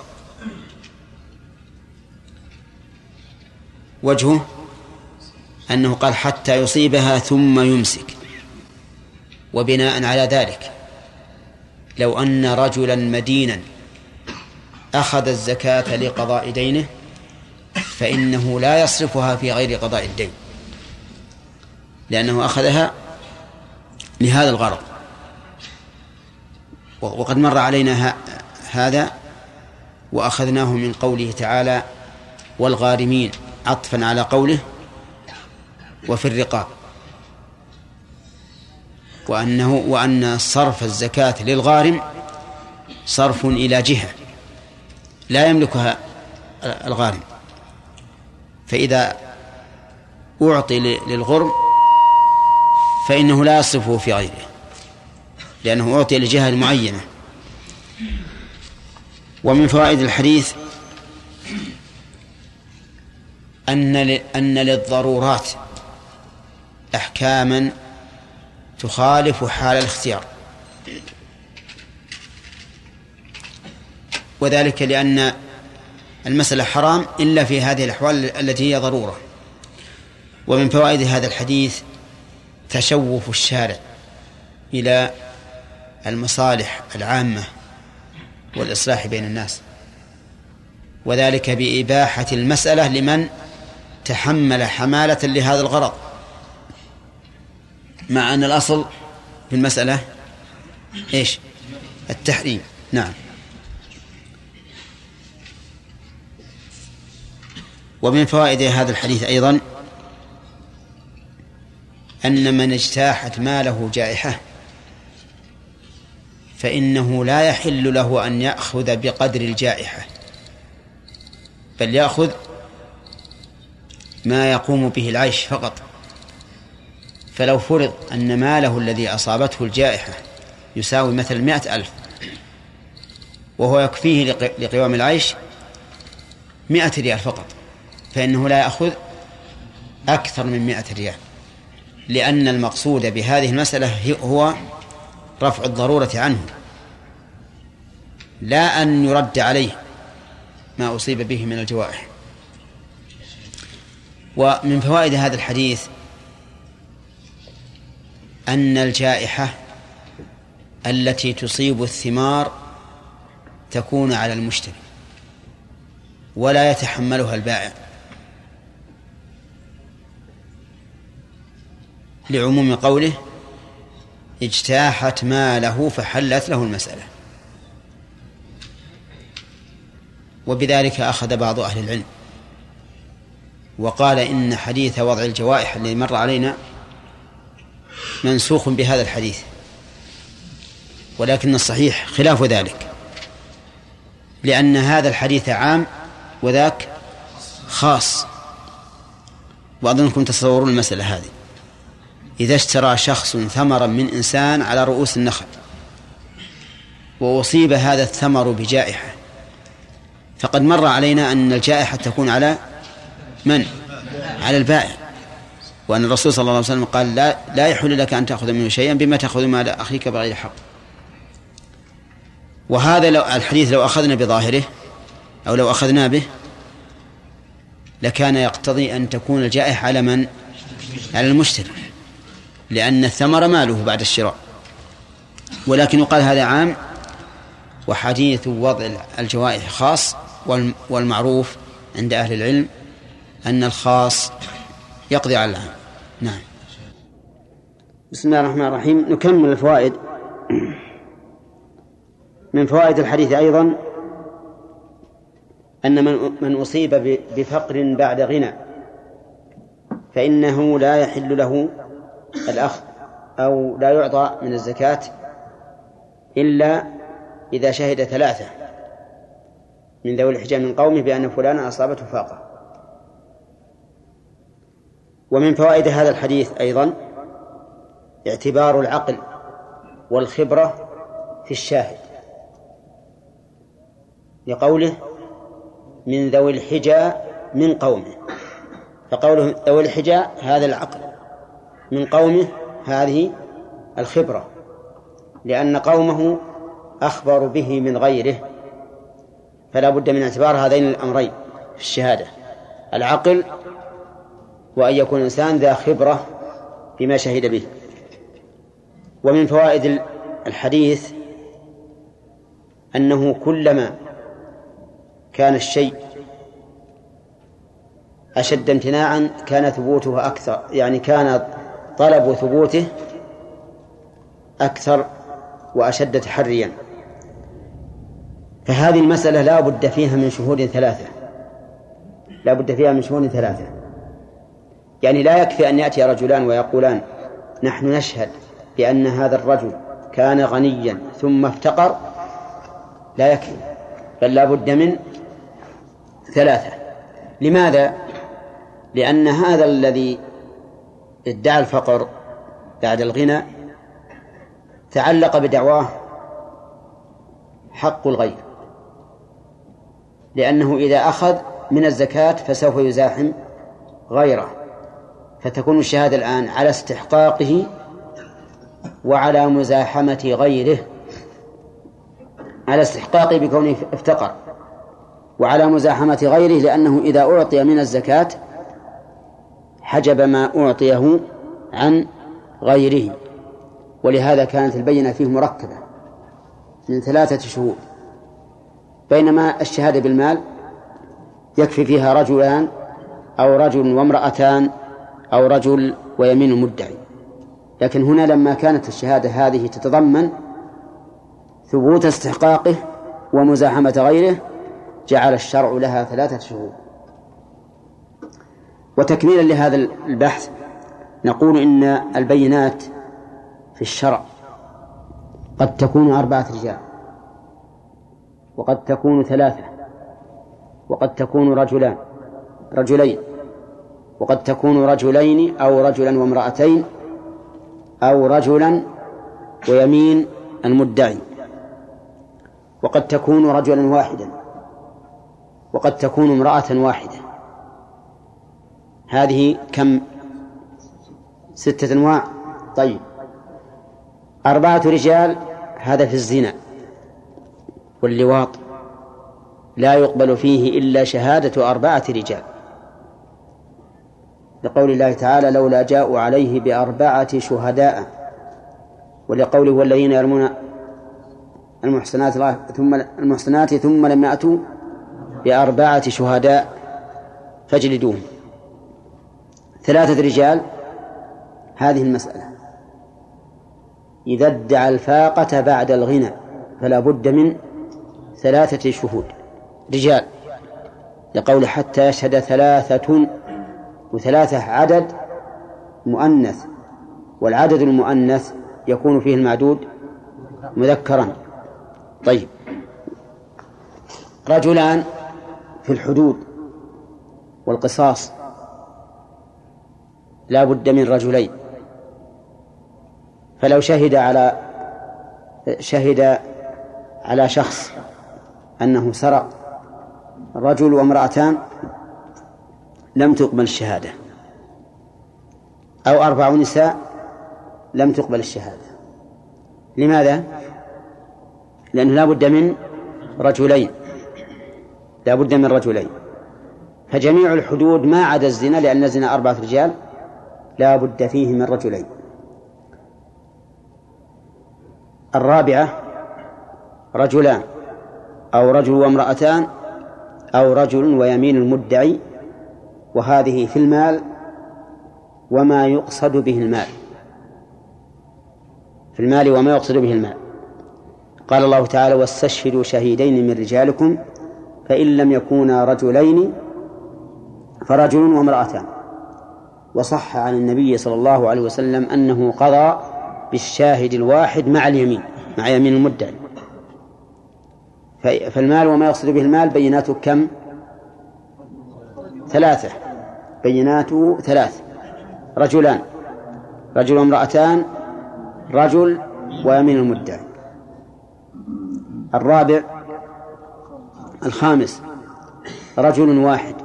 وجهه أنه قال حتى يصيبها ثم يمسك، وبناء على ذلك لو أن رجلا مدينا أخذ الزكاة لقضاء دينه فإنه لا يصرفها في غير قضاء الدين، لأنه أخذها لهذا الغرض. وقد مر علينا هذا وأخذناه من قوله تعالى والغارمين، عطفا على قوله وفي الرقاب، وأن صرف الزكاة للغارم صرف إلى جهة لا يملكها الغارم، فإذا أعطي للغرم فإنه لا يصرفه في غيره، لأنه أعطي لجهة معينة. ومن فوائد الحديث أن للضرورات أحكاما تخالف حال الاختيار، وذلك لأن المسألة حرام إلا في هذه الأحوال التي هي ضرورة. ومن فوائد هذا الحديث تشوف الشارع إلى المصالح العامة والإصلاح بين الناس، وذلك بإباحة المسألة لمن تحمل حمالة لهذا الغرض، مع أن الأصل في المسألة التحريم. نعم. ومن فوائد هذا الحديث أيضا أن من اجتاحت ماله جائحة فإنه لا يحل له أن يأخذ بقدر الجائحة، بل يأخذ ما يقوم به العيش فقط. فلو فرض أن ماله الذي أصابته الجائحة يساوي مثل 100,000 وهو يكفيه لقوام العيش 100 ريال فقط، فإنه لا يأخذ أكثر من 100 ريال، لأن المقصود بهذه المسألة هو رفع الضرورة عنه، لا أن يرد عليه ما أصيب به من الجوائح. ومن فوائد هذا الحديث أن الجائحة التي تصيب الثمار تكون على المشتري ولا يتحملها البائع، لعموم قوله اجتاحت ماله فحلت له المسألة. وبذلك أخذ بعض أهل العلم وقال إن حديث وضع الجوائح الذي مر علينا منسوخ بهذا الحديث، ولكن الصحيح خلاف ذلك، لأن هذا الحديث عام وذاك خاص. وأظنكم تصورون المسألة هذه. إذا اشترى شخص ثمرا من إنسان على رؤوس النخل وأصيب هذا الثمر بجائحة، فقد مر علينا أن الجائحة تكون على من؟ على البائع، وأن الرسول صلى الله عليه وسلم قال لا يحل لك أن تأخذ منه شيئا بما تأخذ مال أخيك بغير حق. وهذا الحديث لو أخذنا بظاهره أو لو أخذنا به لكان يقتضي أن تكون الجائحة على من؟ على المشتري، لأن الثمر ماله بعد الشراء. ولكن يقال هذا عام وحديث وضع الجوائح خاص، والمعروف عند أهل العلم أن الخاص يقضي على العام. نعم. بسم الله الرحمن الرحيم. نكمل الفوائد. من فوائد الحديث أيضا أن من أصيب بفقر بعد غنى فإنه لا يحل له الأخذ أو لا يعطى من الزكاة إلا إذا شهد 3 من ذوي الحجة من قومه بأن فلانا أصابته فاقة. ومن فوائد هذا الحديث أيضا اعتبار العقل والخبرة في الشاهد، لقوله من ذوي الحجة من قومه، فقوله ذوي الحجة هذا العقل، من قومه هذه الخبرة، لأن قومه أخبر به من غيره، فلا بد من اعتبار هذين الأمرين في الشهادة، العقل وأن يكون الإنسان ذا خبرة بما شهد به. ومن فوائد الحديث أنه كلما كان الشيء أشد امتناعا كان ثبوته أكثر، يعني كان طلب ثبوته أكثر وأشد تحريا. فهذه المسألة لا بد فيها من شهود 3، لا بد فيها من شهود 3. يعني لا يكفي أن يأتي رجلان ويقولان نحن نشهد بأن هذا الرجل كان غنيا ثم افتقر، لا يكفي، بل لا بد من 3. لماذا؟ لأن هذا الذي ادعى الفقر بعد الغنى تعلق بدعواه حق الغير، لأنه إذا أخذ من الزكاة فسوف يزاحم غيره، فتكون الشهادة الآن على استحقاقه وعلى مزاحمة غيره، على استحقاقه بكونه افتقر، وعلى مزاحمة غيره لأنه إذا أعطي من الزكاة حجب ما أعطيه عن غيره. ولهذا كانت البينة فيه مركبة من 3 شهود، بينما الشهادة بالمال يكفي فيها رجلان أو رجل وامرأتان أو رجل ويمين مدعي. لكن هنا لما كانت الشهادة هذه تتضمن ثبوت استحقاقه ومزاحمة غيره جعل الشرع لها 3 شهود. وتكميلا لهذا البحث نقول إن البينات في الشرع قد تكون 4 رجال، وقد تكون 3، وقد تكون رجلين، وقد تكون رجلين أو رجلا وامرأتين أو رجلا ويمين المدعي، وقد تكون رجلا واحدا، وقد تكون امرأة واحدة. هذه كم؟ 6 أنواع. طيب، 4 رجال هذا في الزنا واللواط لا يقبل فيه إلا شهادة 4 رجال، لقول الله تعالى لولا جاءوا عليه ب4 شهداء، ولقوله والذين يرمون المحصنات ثم لم يأتوا ب4 شهداء فاجلدوهم. 3 رجال هذه المسألة إذا ادعى الفاقة بعد الغنى فلا بد من 3 شهود رجال، لقول حتى يشهد 3، و3 عدد مؤنث، والعدد المؤنث يكون فيه المعدود مذكرا. طيب، رجلان في الحدود والقصاص لا بد من رجلين، فلو شهد على شخص أنه سرق رجل وامرأتان لم تقبل الشهادة، أو 4 نساء لم تقبل الشهادة. لماذا؟ لأنه لا بد من رجلين، لا بد من رجلين. فجميع الحدود ما عدا الزنا، لأن الزنا 4 رجال لا بد فيه من رجلين. 4 رجلان أو رجل وامرأتان أو رجل ويمين المدعي، وهذه في المال وما يقصد به المال، في المال وما يقصد به المال. قال الله تعالى: واستشهدوا شهيدين من رجالكم فإن لم يكونا رجلين فرجل وامرأتان. وصح عن النبي صلى الله عليه وسلم أنه قضى بالشاهد الواحد مع اليمين، مع يمين المدعي. فالمال وما يقصد به المال بيناته كم؟ 3. بيناته 3: رجلان، رجل وامرأتان، رجل ويمين المدعي. الرابع الخامس: رجل واحد،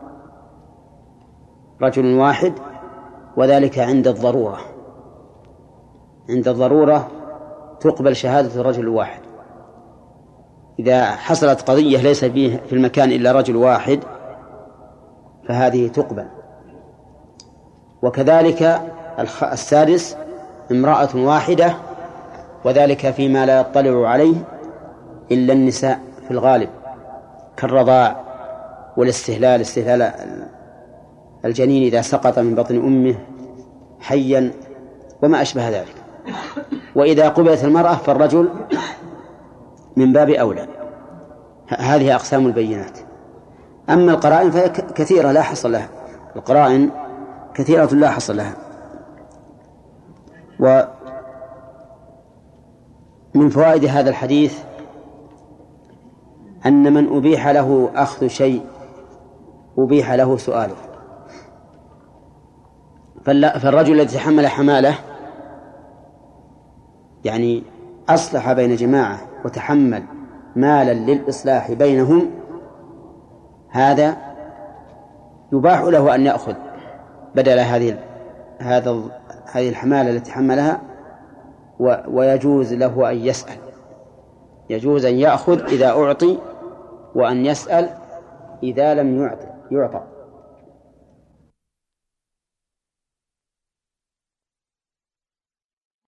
رجل واحد، وذلك عند الضرورة. عند الضرورة تقبل شهادة الرجل الواحد. إذا حصلت قضية ليس فيه في المكان إلا رجل واحد فهذه تقبل. وكذلك السادس: امرأة واحدة، وذلك فيما لا يطلع عليه إلا النساء في الغالب، كالرضاع والاستهلال، استهلال الجنين إذا سقط من بطن أمه حيا وما أشبه ذلك. وإذا قبلت المرأة فالرجل من باب أولى. هذه أقسام البينات. أما القرائن فهي كثيرة لا حصر لها، القرائن كثيرة لا حصر لها. ومن فوائد هذا الحديث أن من أبيح له أخذ شيء أبيح له سؤاله. فالرجل الذي تحمل حمالة يعني أصلح بين جماعة وتحمل مالا للإصلاح بينهم، هذا يباح له أن يأخذ بدل هذه الحمالة التي تحملها، ويجوز له أن يسأل، يجوز أن يأخذ إذا أعطي وأن يسأل إذا لم يعطى.